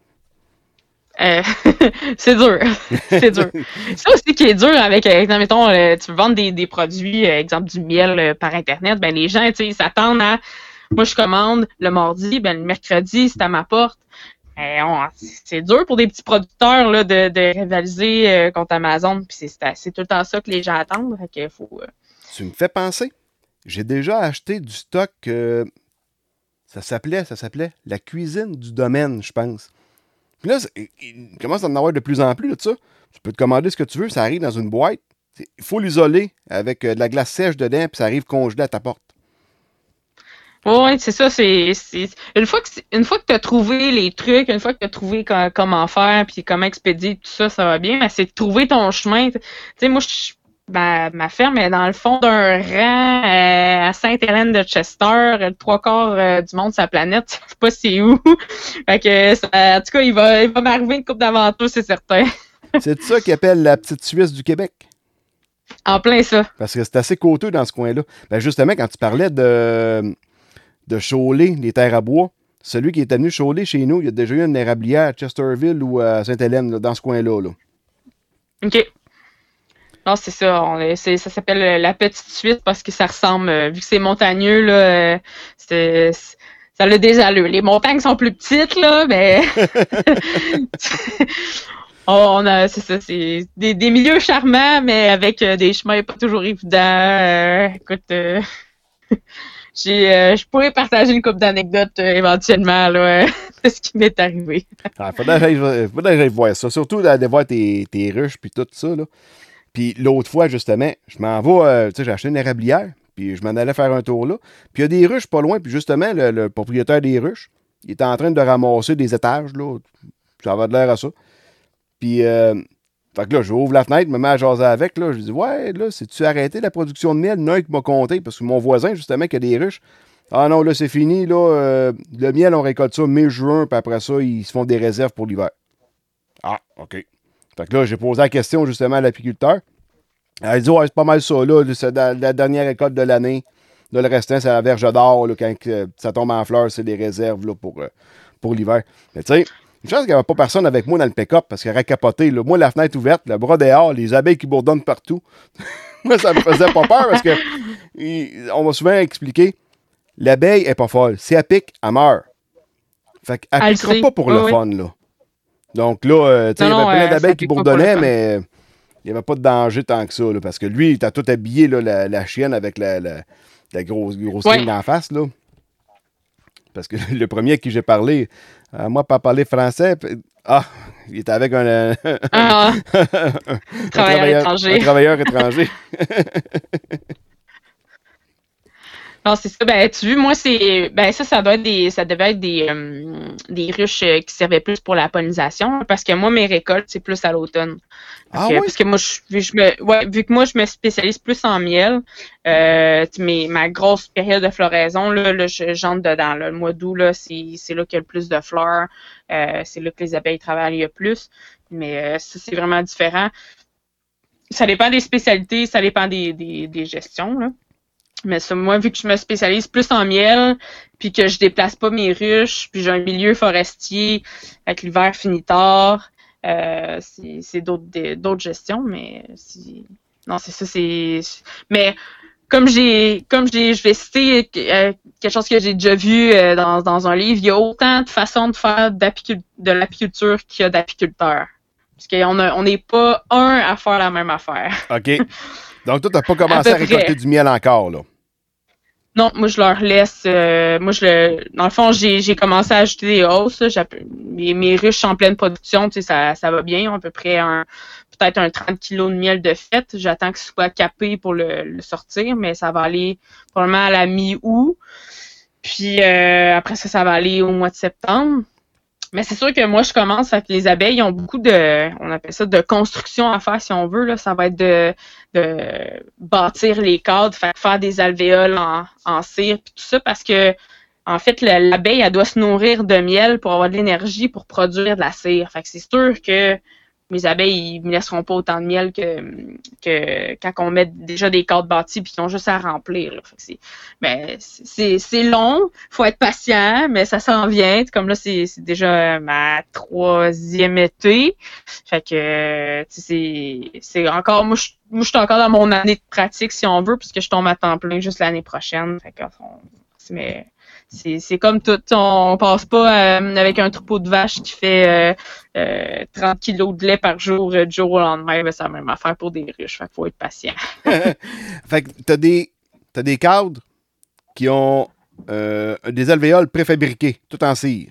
A: C'est dur. C'est dur. Ça aussi qui est dur avec, mettons, tu veux vendre des produits, exemple du miel par Internet, ben les gens, tu sais, ils s'attendent à, moi je commande le mardi, ben le mercredi, c'est à ma porte. C'est dur pour des petits producteurs là, de rivaliser contre Amazon, puis c'est tout le temps ça que les gens attendent. Fait que faut,
C: Tu me fais penser. J'ai déjà acheté du stock, ça s'appelait la cuisine du domaine, je pense. Puis là, il commence à en avoir de plus en plus de ça. Tu peux te commander ce que tu veux, ça arrive dans une boîte. Il faut l'isoler avec de la glace sèche dedans, puis ça arrive congelé à ta porte.
A: Oui, c'est ça. C'est une fois que tu as trouvé les trucs, une fois que tu as trouvé comment faire, puis comment expédier, tout ça, ça va bien. Mais c'est de trouver ton chemin. Tu sais, moi, ma ferme est dans le fond d'un rang à Sainte-Hélène-de-Chester. Le 3/4 du monde sur la planète, je sais pas c'est où. Fait que, en tout cas, il va m'arriver une coupe d'aventures, c'est certain.
C: C'est ça qu'ils appellent la petite Suisse du Québec.
A: En plein ça.
C: Parce que c'est assez coûteux dans ce coin-là. Ben justement, quand tu parlais de Cholet, les terres à bois, celui qui est venu Cholet chez nous, il y a déjà eu une érablière à Chesterville ou à Sainte-Hélène, là, dans ce coin-là. Là.
A: OK. Non, c'est ça. Ça s'appelle la Petite Suisse parce que ça ressemble, vu que c'est montagneux, là, ça a des allures. Les montagnes sont plus petites, là, mais c'est ça, c'est des milieux charmants, mais avec des chemins pas toujours évidents. Écoute, je pourrais partager une couple d'anecdotes éventuellement, là, de ce qui m'est arrivé.
C: Faudrait que j'aille voir ça. Surtout d'aller voir tes ruches puis tout ça. Là. Puis l'autre fois, justement, je m'en vais, tu sais, j'ai acheté une érablière, puis je m'en allais faire un tour là. Puis il y a des ruches pas loin, puis justement, le propriétaire des ruches, il était en train de ramasser des étages, là. Ça avait de l'air à ça. Puis, fait que là, j'ouvre la fenêtre, me mets à jaser avec, là. Je dis, ouais, là, c'est-tu arrêté la production de miel? Il y en a un qui m'a compté, parce que mon voisin, justement, qui a des ruches, ah non, là, c'est fini, là, le miel, on récolte ça mai-juin, puis après ça, ils se font des réserves pour l'hiver. Ah, OK. Fait que là, j'ai posé la question, justement, à l'apiculteur. Elle dit, ouais, c'est pas mal ça, là, c'est la dernière récolte de l'année. Là, le restant, c'est la verge d'or, là, quand ça tombe en fleurs, c'est des réserves, là, pour l'hiver. Mais tu sais, une chance qu'il n'y avait pas personne avec moi dans le pick-up parce qu'il aurait capoté. Là. Moi, la fenêtre ouverte, le bras dehors, les abeilles qui bourdonnent partout. Moi, ça me faisait pas peur parce que on m'a souvent expliqué l'abeille est pas folle. Si elle pique, elle meurt. Fait qu'elle piquera pas pour le fun, là. Donc là, tu sais, il y avait plein d'abeilles qui bourdonnaient, mais il n'y avait pas de danger tant que ça, là, parce que lui, il t'a tout habillé, là, la chienne avec la grosse ligne en face, là. Parce que le premier à qui j'ai parlé, moi, pas parler français. Il était avec un
A: travailleur étranger.
C: Un travailleur étranger.
A: Non, c'est ça. Ben, tu vois, moi, ça devait être des ruches qui servaient plus pour la pollinisation, parce que moi, mes récoltes, c'est plus à l'automne. Parce que moi, vu que moi, je me spécialise plus en miel, ma grosse période de floraison, là, j'entre dedans. Là, le mois d'août, là, c'est là qu'il y a le plus de fleurs. C'est là que les abeilles travaillent le plus. Mais ça, c'est vraiment différent. Ça dépend des spécialités, ça dépend des gestions, là. Mais ça, moi, vu que je me spécialise plus en miel, puis que je déplace pas mes ruches, puis j'ai un milieu forestier, avec l'hiver finit tard, c'est d'autres gestions, mais non, c'est ça, mais je vais citer quelque chose que j'ai déjà vu dans un livre, il y a autant de façons de faire de l'apiculture qu'il y a d'apiculteurs. Parce qu'on n'est pas un à faire la même affaire.
C: OK. Donc, toi, tu n'as pas commencé à récolter du miel encore, là?
A: Non, moi, je leur laisse... dans le fond, j'ai commencé à ajouter des hausses. Mes ruches sont en pleine production, tu sais, ça va bien. Ils ont à peu près peut-être un 30 kilos de miel de fête. J'attends que ce soit capé pour le sortir, mais ça va aller probablement à la mi-août. Puis après ça va aller au mois de septembre. Mais c'est sûr que moi, je commence avec les abeilles. Ils ont beaucoup on appelle ça de construction à faire, si on veut. Là. Ça va être de bâtir les cadres, faire des alvéoles en cire, puis tout ça, parce que, en fait, l'abeille, elle doit se nourrir de miel pour avoir de l'énergie pour produire de la cire. Fait que c'est sûr que mes abeilles, ils me laisseront pas autant de miel que quand on met déjà des cadres bâtis puis qu'ils ont juste à remplir. Là. Fait que c'est long, faut être patient, mais ça s'en vient. Comme là, c'est déjà ma 3e été. Fait que c'est encore, moi je suis encore dans mon année de pratique si on veut, puisque je tombe à temps plein juste l'année prochaine. Fait que c'est comme tout. On passe pas avec un troupeau de vaches qui fait 30 kilos de lait par jour, du jour au lendemain. Ben, c'est la même affaire pour des ruches. Fait qu'il faut être patient.
C: Fait que t'as des cadres qui ont des alvéoles préfabriquées, tout en cire.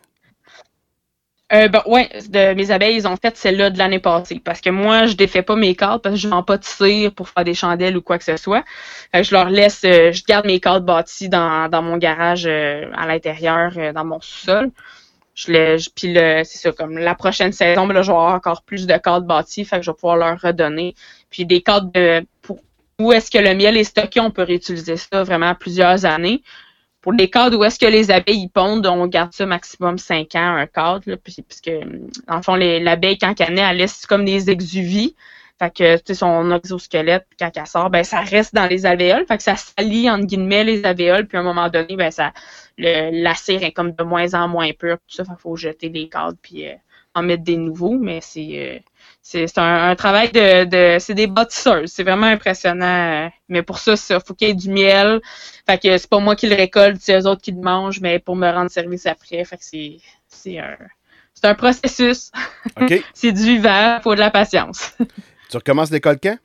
A: Ouais, mes abeilles, ils ont fait celle-là de l'année passée. Parce que moi, je défais pas mes cadres parce que je vends pas de cire pour faire des chandelles ou quoi que ce soit. Je leur laisse, je garde mes cadres bâtis dans mon garage à l'intérieur, dans mon sous-sol. Puis c'est ça, comme la prochaine saison, là, je vais avoir encore plus de cadres bâtis, fait que je vais pouvoir leur redonner. Puis des cadres où est-ce que le miel est stocké, on peut réutiliser ça vraiment plusieurs années. Pour les cadres où est-ce que les abeilles y pondent, on garde ça maximum 5 ans, un cadre, là, puisque dans le fond, l'abeille, quand elle naît, elle laisse comme des exuvies. Fait que, tu sais, son exosquelette, quand elle sort, ben, ça reste dans les alvéoles. Fait que ça salit, entre guillemets, les alvéoles. Puis à un moment donné, ben, la cire est comme de moins en moins pure. Tout ça, fait qu'il faut jeter les cadres puis en mettre des nouveaux. Mais c'est un travail c'est des bâtisseurs. C'est vraiment impressionnant. Mais pour ça, faut qu'il y ait du miel. Fait que c'est pas moi qui le récolte, c'est eux autres qui le mangent, mais pour me rendre service après. Fait que c'est un processus.
C: OK.
A: C'est du vivant, faut de la patience.
C: Tu recommences l'école quand?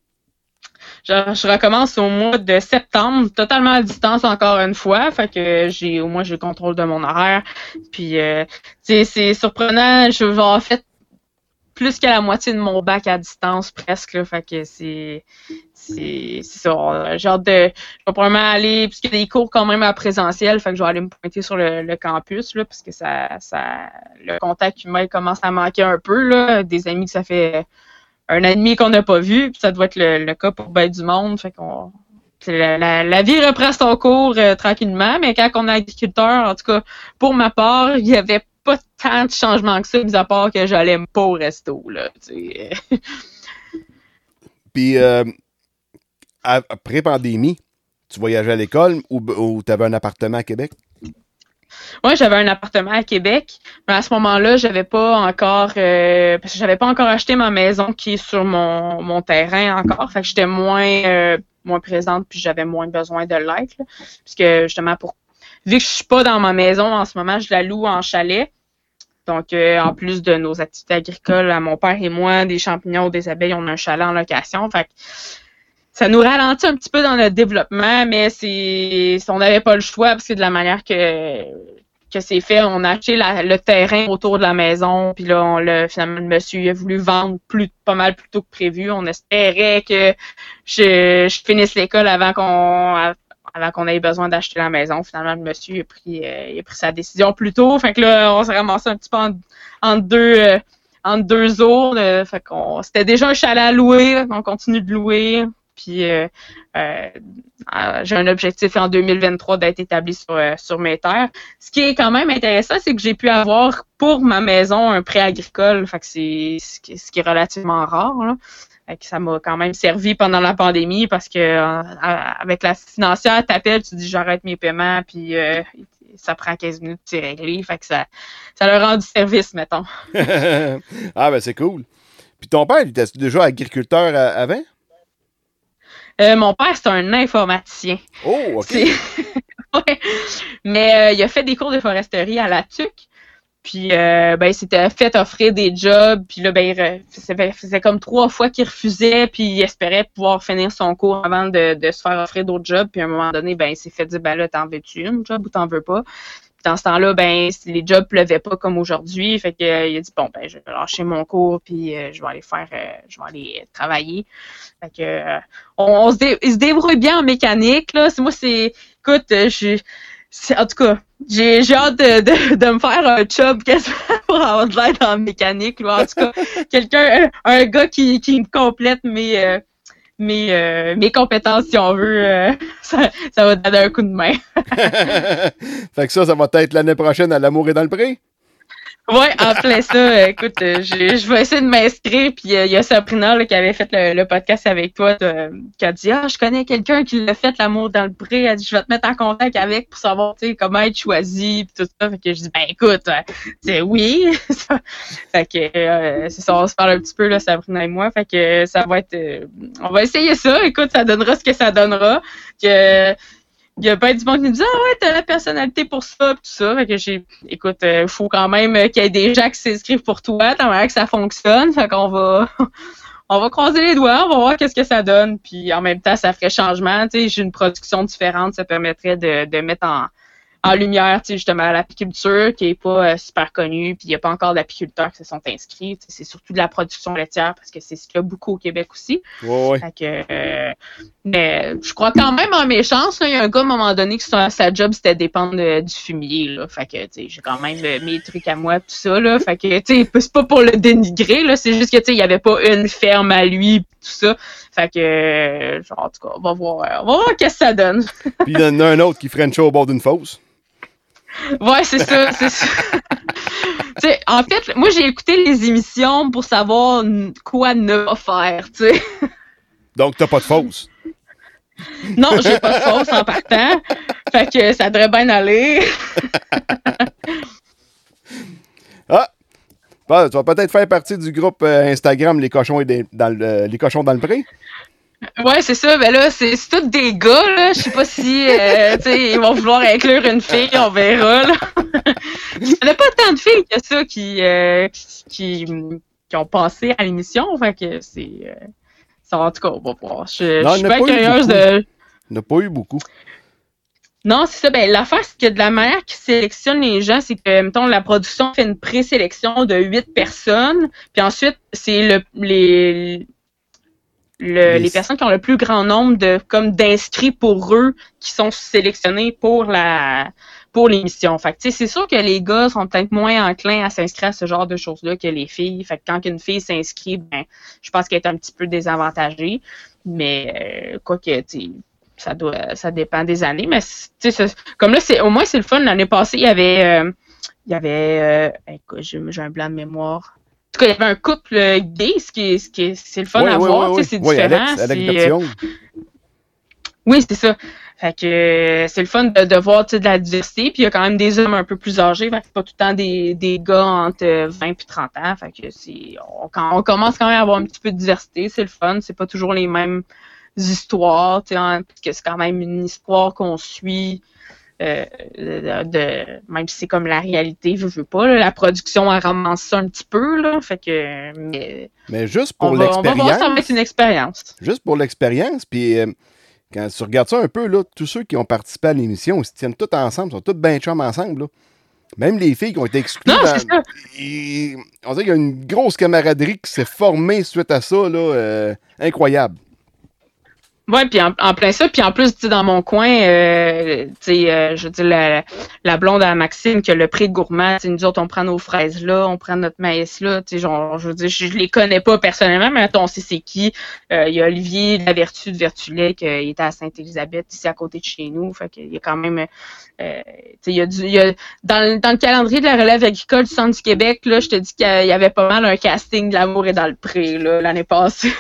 A: Je recommence au mois de septembre, totalement à distance encore une fois. Fait que au moins j'ai le contrôle de mon horaire. Puis c'est surprenant. Je vais avoir fait plus qu'à la moitié de mon bac à distance presque. Là, fait que c'est ça. Je vais probablement aller, puisqu'il y a des cours quand même à présentiel, fait que je vais aller me pointer sur le campus, là, parce que le contact humain commence à manquer un peu, là, des amis que ça fait 1 an et demi qu'on n'a pas vu, puis ça doit être le cas pour bien du monde, fait qu'on la vie reprend son cours tranquillement, mais quand on est agriculteur, en tout cas, pour ma part, il y avait pas tant de changements que ça, mis à part que j'allais pas au resto, là, tu sais.
C: Puis, après pandémie, tu voyageais à l'école ou tu avais un appartement à Québec?
A: Oui, j'avais un appartement à Québec, mais à ce moment-là, j'avais pas encore parce que j'avais pas encore acheté ma maison qui est sur mon terrain encore. Fait que j'étais moins présente puis j'avais moins besoin de l'être. Là, puisque justement vu que je suis pas dans ma maison en ce moment, je la loue en chalet. Donc, en plus de nos activités agricoles, à mon père et moi, des champignons, des abeilles, on a un chalet en location. Fait que ça nous ralentit un petit peu dans notre développement, mais on n'avait pas le choix parce que de la manière que c'est fait, on a acheté le terrain autour de la maison, puis là, finalement, le monsieur a voulu vendre pas mal plus tôt que prévu. On espérait que je finisse l'école avant qu'on ait besoin d'acheter la maison. Finalement, le monsieur a pris sa décision plus tôt. Fait que là, on s'est ramassé un petit peu entre deux eaux. Fait c'était déjà un chalet à louer, on continue de louer. Puis j'ai un objectif en 2023 d'être établi sur mes terres. Ce qui est quand même intéressant, c'est que j'ai pu avoir pour ma maison un prêt agricole. Fait que c'est ce qui est relativement rare, là. Fait que ça m'a quand même servi pendant la pandémie parce que avec la financière, t'appelles, tu dis j'arrête mes paiements, puis ça prend 15 minutes, c'est réglé. Fait que ça leur rend du service, mettons.
C: Ah ben c'est cool. Puis ton père, il était déjà agriculteur avant?
A: Mon père, c'est un informaticien.
C: Oh, OK.
A: Ouais. Mais il a fait des cours de foresterie à la TUC. Puis, il s'était fait offrir des jobs. Puis là, ça faisait comme 3 fois qu'il refusait. Puis, il espérait pouvoir finir son cours avant de se faire offrir d'autres jobs. Puis, à un moment donné, il s'est fait dire, là, t'en veux-tu une job ou t'en veux pas? Puis, dans ce temps-là, les jobs pleuvaient pas comme aujourd'hui. Fait que, il a dit, je vais lâcher mon cours. Puis, je vais aller travailler. Fait que, il se débrouille bien en mécanique, là. Écoute, en tout cas, j'ai hâte de me faire un job quasiment pour avoir de l'aide en mécanique. Là. En tout cas, un gars qui me complète mes compétences, si on veut, ça va donner un coup de main.
C: Fait que ça va être l'année prochaine à L'Amour est dans le pré?
A: Ouais, en plein ça. Écoute, je vais essayer de m'inscrire. Puis il y a Sabrina là, qui avait fait le podcast avec toi, qui a dit je connais quelqu'un qui l'a fait, L'Amour dans le pré. Elle dit je vais te mettre en contact avec pour savoir comment être choisi puis tout ça. Fait que je dis écoute, oui. Fait que c'est ça, on se parle un petit peu là, Sabrina et moi. Fait que ça va être, on va essayer ça. Écoute, ça donnera ce que ça donnera. Il y a pas du monde qui me dit ouais, t'as la personnalité pour ça, pis tout ça. Fait que écoute, faut quand même qu'il y ait des gens qui s'inscrivent pour toi, tant que ça fonctionne. Fait qu'on va on va croiser les doigts, on va voir qu'est-ce que ça donne. Puis en même temps, ça ferait changement. Tu sais, j'ai une production différente, ça permettrait de mettre en lumière, tu sais, justement, l'apiculture qui est pas super connue, puis il n'y a pas encore d'apiculteurs qui se sont inscrits. Tu sais, c'est surtout de la production laitière parce que c'est ce qu'il y a beaucoup au Québec aussi.
C: Ouais.
A: Fait que, mais je crois quand même en mes chances. Il y a un gars à un moment donné qui sa job c'était dépendre du fumier. Là. Fait que tu sais, j'ai quand même mes trucs à moi tout ça. Là. Fait que tu sais, c'est pas pour le dénigrer, là, c'est juste que tu sais, il n'y avait pas une ferme à lui tout ça. Fait que en tout cas, on va voir qu'est-ce que ça donne.
C: Puis il y en a un autre qui ferait une show au bord d'une fosse.
A: Ouais, c'est ça. T'sais, en fait, moi, j'ai écouté les émissions pour savoir quoi ne pas faire, tu sais.
C: Donc, t'as pas de fosse.
A: Non, j'ai pas de fosse en partant. Fait que ça devrait bien aller.
C: Tu vas peut-être faire partie du groupe Instagram Les Cochons Les Cochons dans le pré.
A: Ouais, c'est ça. Ben là, c'est tous des gars, là. Je sais pas si, tu sais, ils vont vouloir inclure une fille, on verra, là. Il n'y a pas tant de filles que ça qui ont passé à l'émission. Fait que c'est... en tout cas, on va voir. Je suis pas curieuse de...
C: Il n'y en a pas eu beaucoup.
A: Non, c'est ça. Ben, l'affaire, c'est que de la manière qu'ils sélectionnent les gens, c'est que, mettons, la production fait une présélection de 8 personnes. Puis ensuite, c'est les personnes qui ont le plus grand nombre d'inscrits pour eux qui sont sélectionnés pour l'émission. Fait que, tu sais, c'est sûr que les gars sont peut-être moins enclins à s'inscrire à ce genre de choses-là que les filles. Fait que quand une fille s'inscrit, ben, je pense qu'elle est un petit peu désavantagée. Mais, quoique, tu sais, ça dépend des années. Mais, tu sais, comme là, au moins, c'est le fun. L'année passée, il y avait, j'ai un blanc de mémoire. En tout cas, il y avait un couple gay, c'est le fun à voir, c'est différent.
C: Alex
A: oui, c'est ça. Fait que c'est le fun de voir de la diversité, puis il y a quand même des hommes un peu plus âgés, fait que c'est pas tout le temps des gars entre 20 et 30 ans, fait que on commence quand même à avoir un petit peu de diversité, c'est le fun, c'est pas toujours les mêmes histoires, parce que c'est quand même une histoire qu'on suit. Même si c'est comme la réalité, je veux pas. Là, la production, elle ramasse ça un petit peu. Là, fait que,
C: mais juste pour l'expérience.
A: On va voir ça va être une expérience.
C: Juste pour l'expérience. Puis quand tu regardes ça un peu, là, tous ceux qui ont participé à l'émission, ils se tiennent tous ensemble, ils sont tous bien chums ensemble. Là. Même les filles qui ont été exclues.
A: Non,
C: on dirait qu'il y a une grosse camaraderie qui s'est formée suite à ça. Là, incroyable.
A: Ouais, puis en plein ça, puis en plus, tu sais, dans mon coin, je veux dire, la blonde à Maxime qui a le prix gourmand, tu sais, nous autres, on prend nos fraises là, on prend notre maïs là, tu sais, genre, je veux dire, je les connais pas personnellement, mais on sait c'est qui. Il y a Olivier de la Vertu de Vertulais, qui était à Sainte-Élisabeth, ici à côté de chez nous, fait qu'il y a quand même, tu sais, il y a dans le calendrier de la relève agricole du Centre du Québec, là, je te dis qu'il y avait pas mal un casting de L'Amour est dans le pré, là, l'année passée.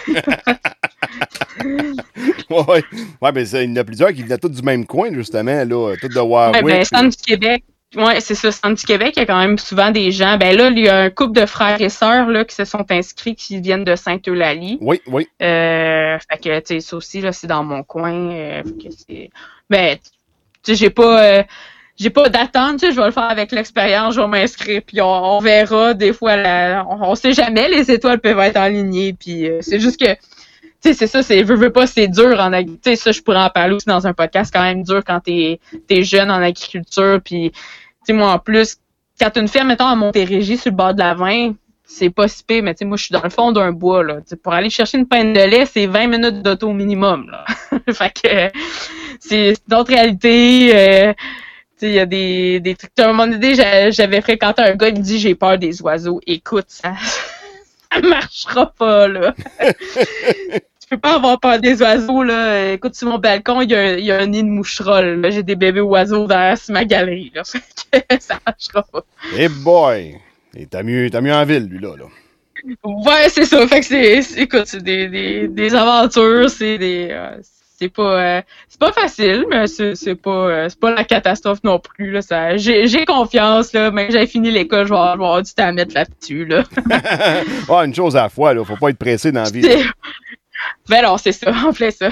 C: Ouais, mais il y en a plusieurs qui venaient tous du même coin, justement, là, tous de Warwick.
A: Ouais, ben, Centre du Québec. Ouais, c'est ça. Sandy Québec, il y a quand même souvent des gens. Ben là, il y a un couple de frères et sœurs là, qui se sont inscrits, qui viennent de Sainte-Eulalie.
C: Oui, oui.
A: Fait que, tu sais, ça aussi, là, c'est dans mon coin. Fait que c'est... Ben, tu sais, j'ai pas d'attente, tu sais, je vais le faire avec l'expérience, je vais m'inscrire, puis on verra. Des fois, on sait jamais, les étoiles peuvent être alignées, puis c'est juste que, tu sais, c'est ça, veux pas, c'est dur en agriculture. Tu sais, ça, je pourrais en parler aussi dans un podcast, quand même dur quand t'es jeune en agriculture, puis, tu sais, moi, en plus, quand t'as une ferme, mettons, à Montérégie, sur le bord de la Vin, c'est pas si pire, mais tu sais, moi, je suis dans le fond d'un bois, là. T'sais, pour aller chercher une pinte de lait, c'est 20 minutes d'auto au minimum, là. Fait que, c'est d'autres réalités, il y a des trucs. À un moment donné, j'avais fréquenté un gars, il me dit j'ai peur des oiseaux. Écoute, ça marchera pas, là. Tu peux pas avoir peur des oiseaux, là. Écoute, sur mon balcon, il y a un nid de moucherolles. J'ai des bébés oiseaux derrière sur ma galerie, là. Ça marchera pas.
C: Hey boy! Et t'as mieux en ville, lui, là.
A: Ouais, c'est ça. Fait que écoute, c'est des aventures, c'est pas facile, mais c'est pas la catastrophe non plus, là. J'ai confiance, là. Même que j'avais fini l'école, je vais avoir du temps à mettre là-dessus, là.
C: Ah, une chose à la fois, là. Faut pas être pressé dans la vie.
A: Ben non, c'est ça. On fait ça.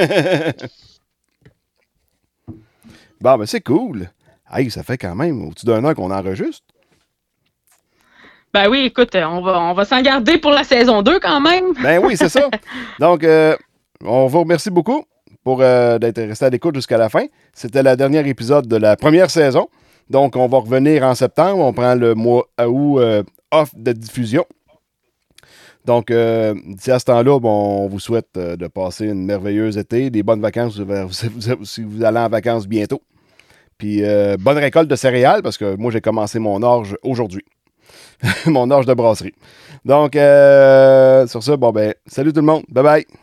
C: Bon, ben c'est cool. Hey, ça fait quand même au-dessus d'un an qu'on enregistre.
A: Ben oui, écoute, on va s'en garder pour la saison 2 quand même.
C: Ben oui, c'est ça. Donc, on vous remercie beaucoup pour d'être resté à l'écoute jusqu'à la fin. C'était le dernier épisode de la première saison. Donc, on va revenir en septembre. On prend le mois août off de diffusion. Donc, d'ici à ce temps-là, bon, on vous souhaite de passer une merveilleuse été, des bonnes vacances si vous allez en vacances bientôt. Puis, bonne récolte de céréales parce que moi, j'ai commencé mon orge aujourd'hui. Mon orge de brasserie. Donc, sur ça, bon, ben, salut tout le monde. Bye bye.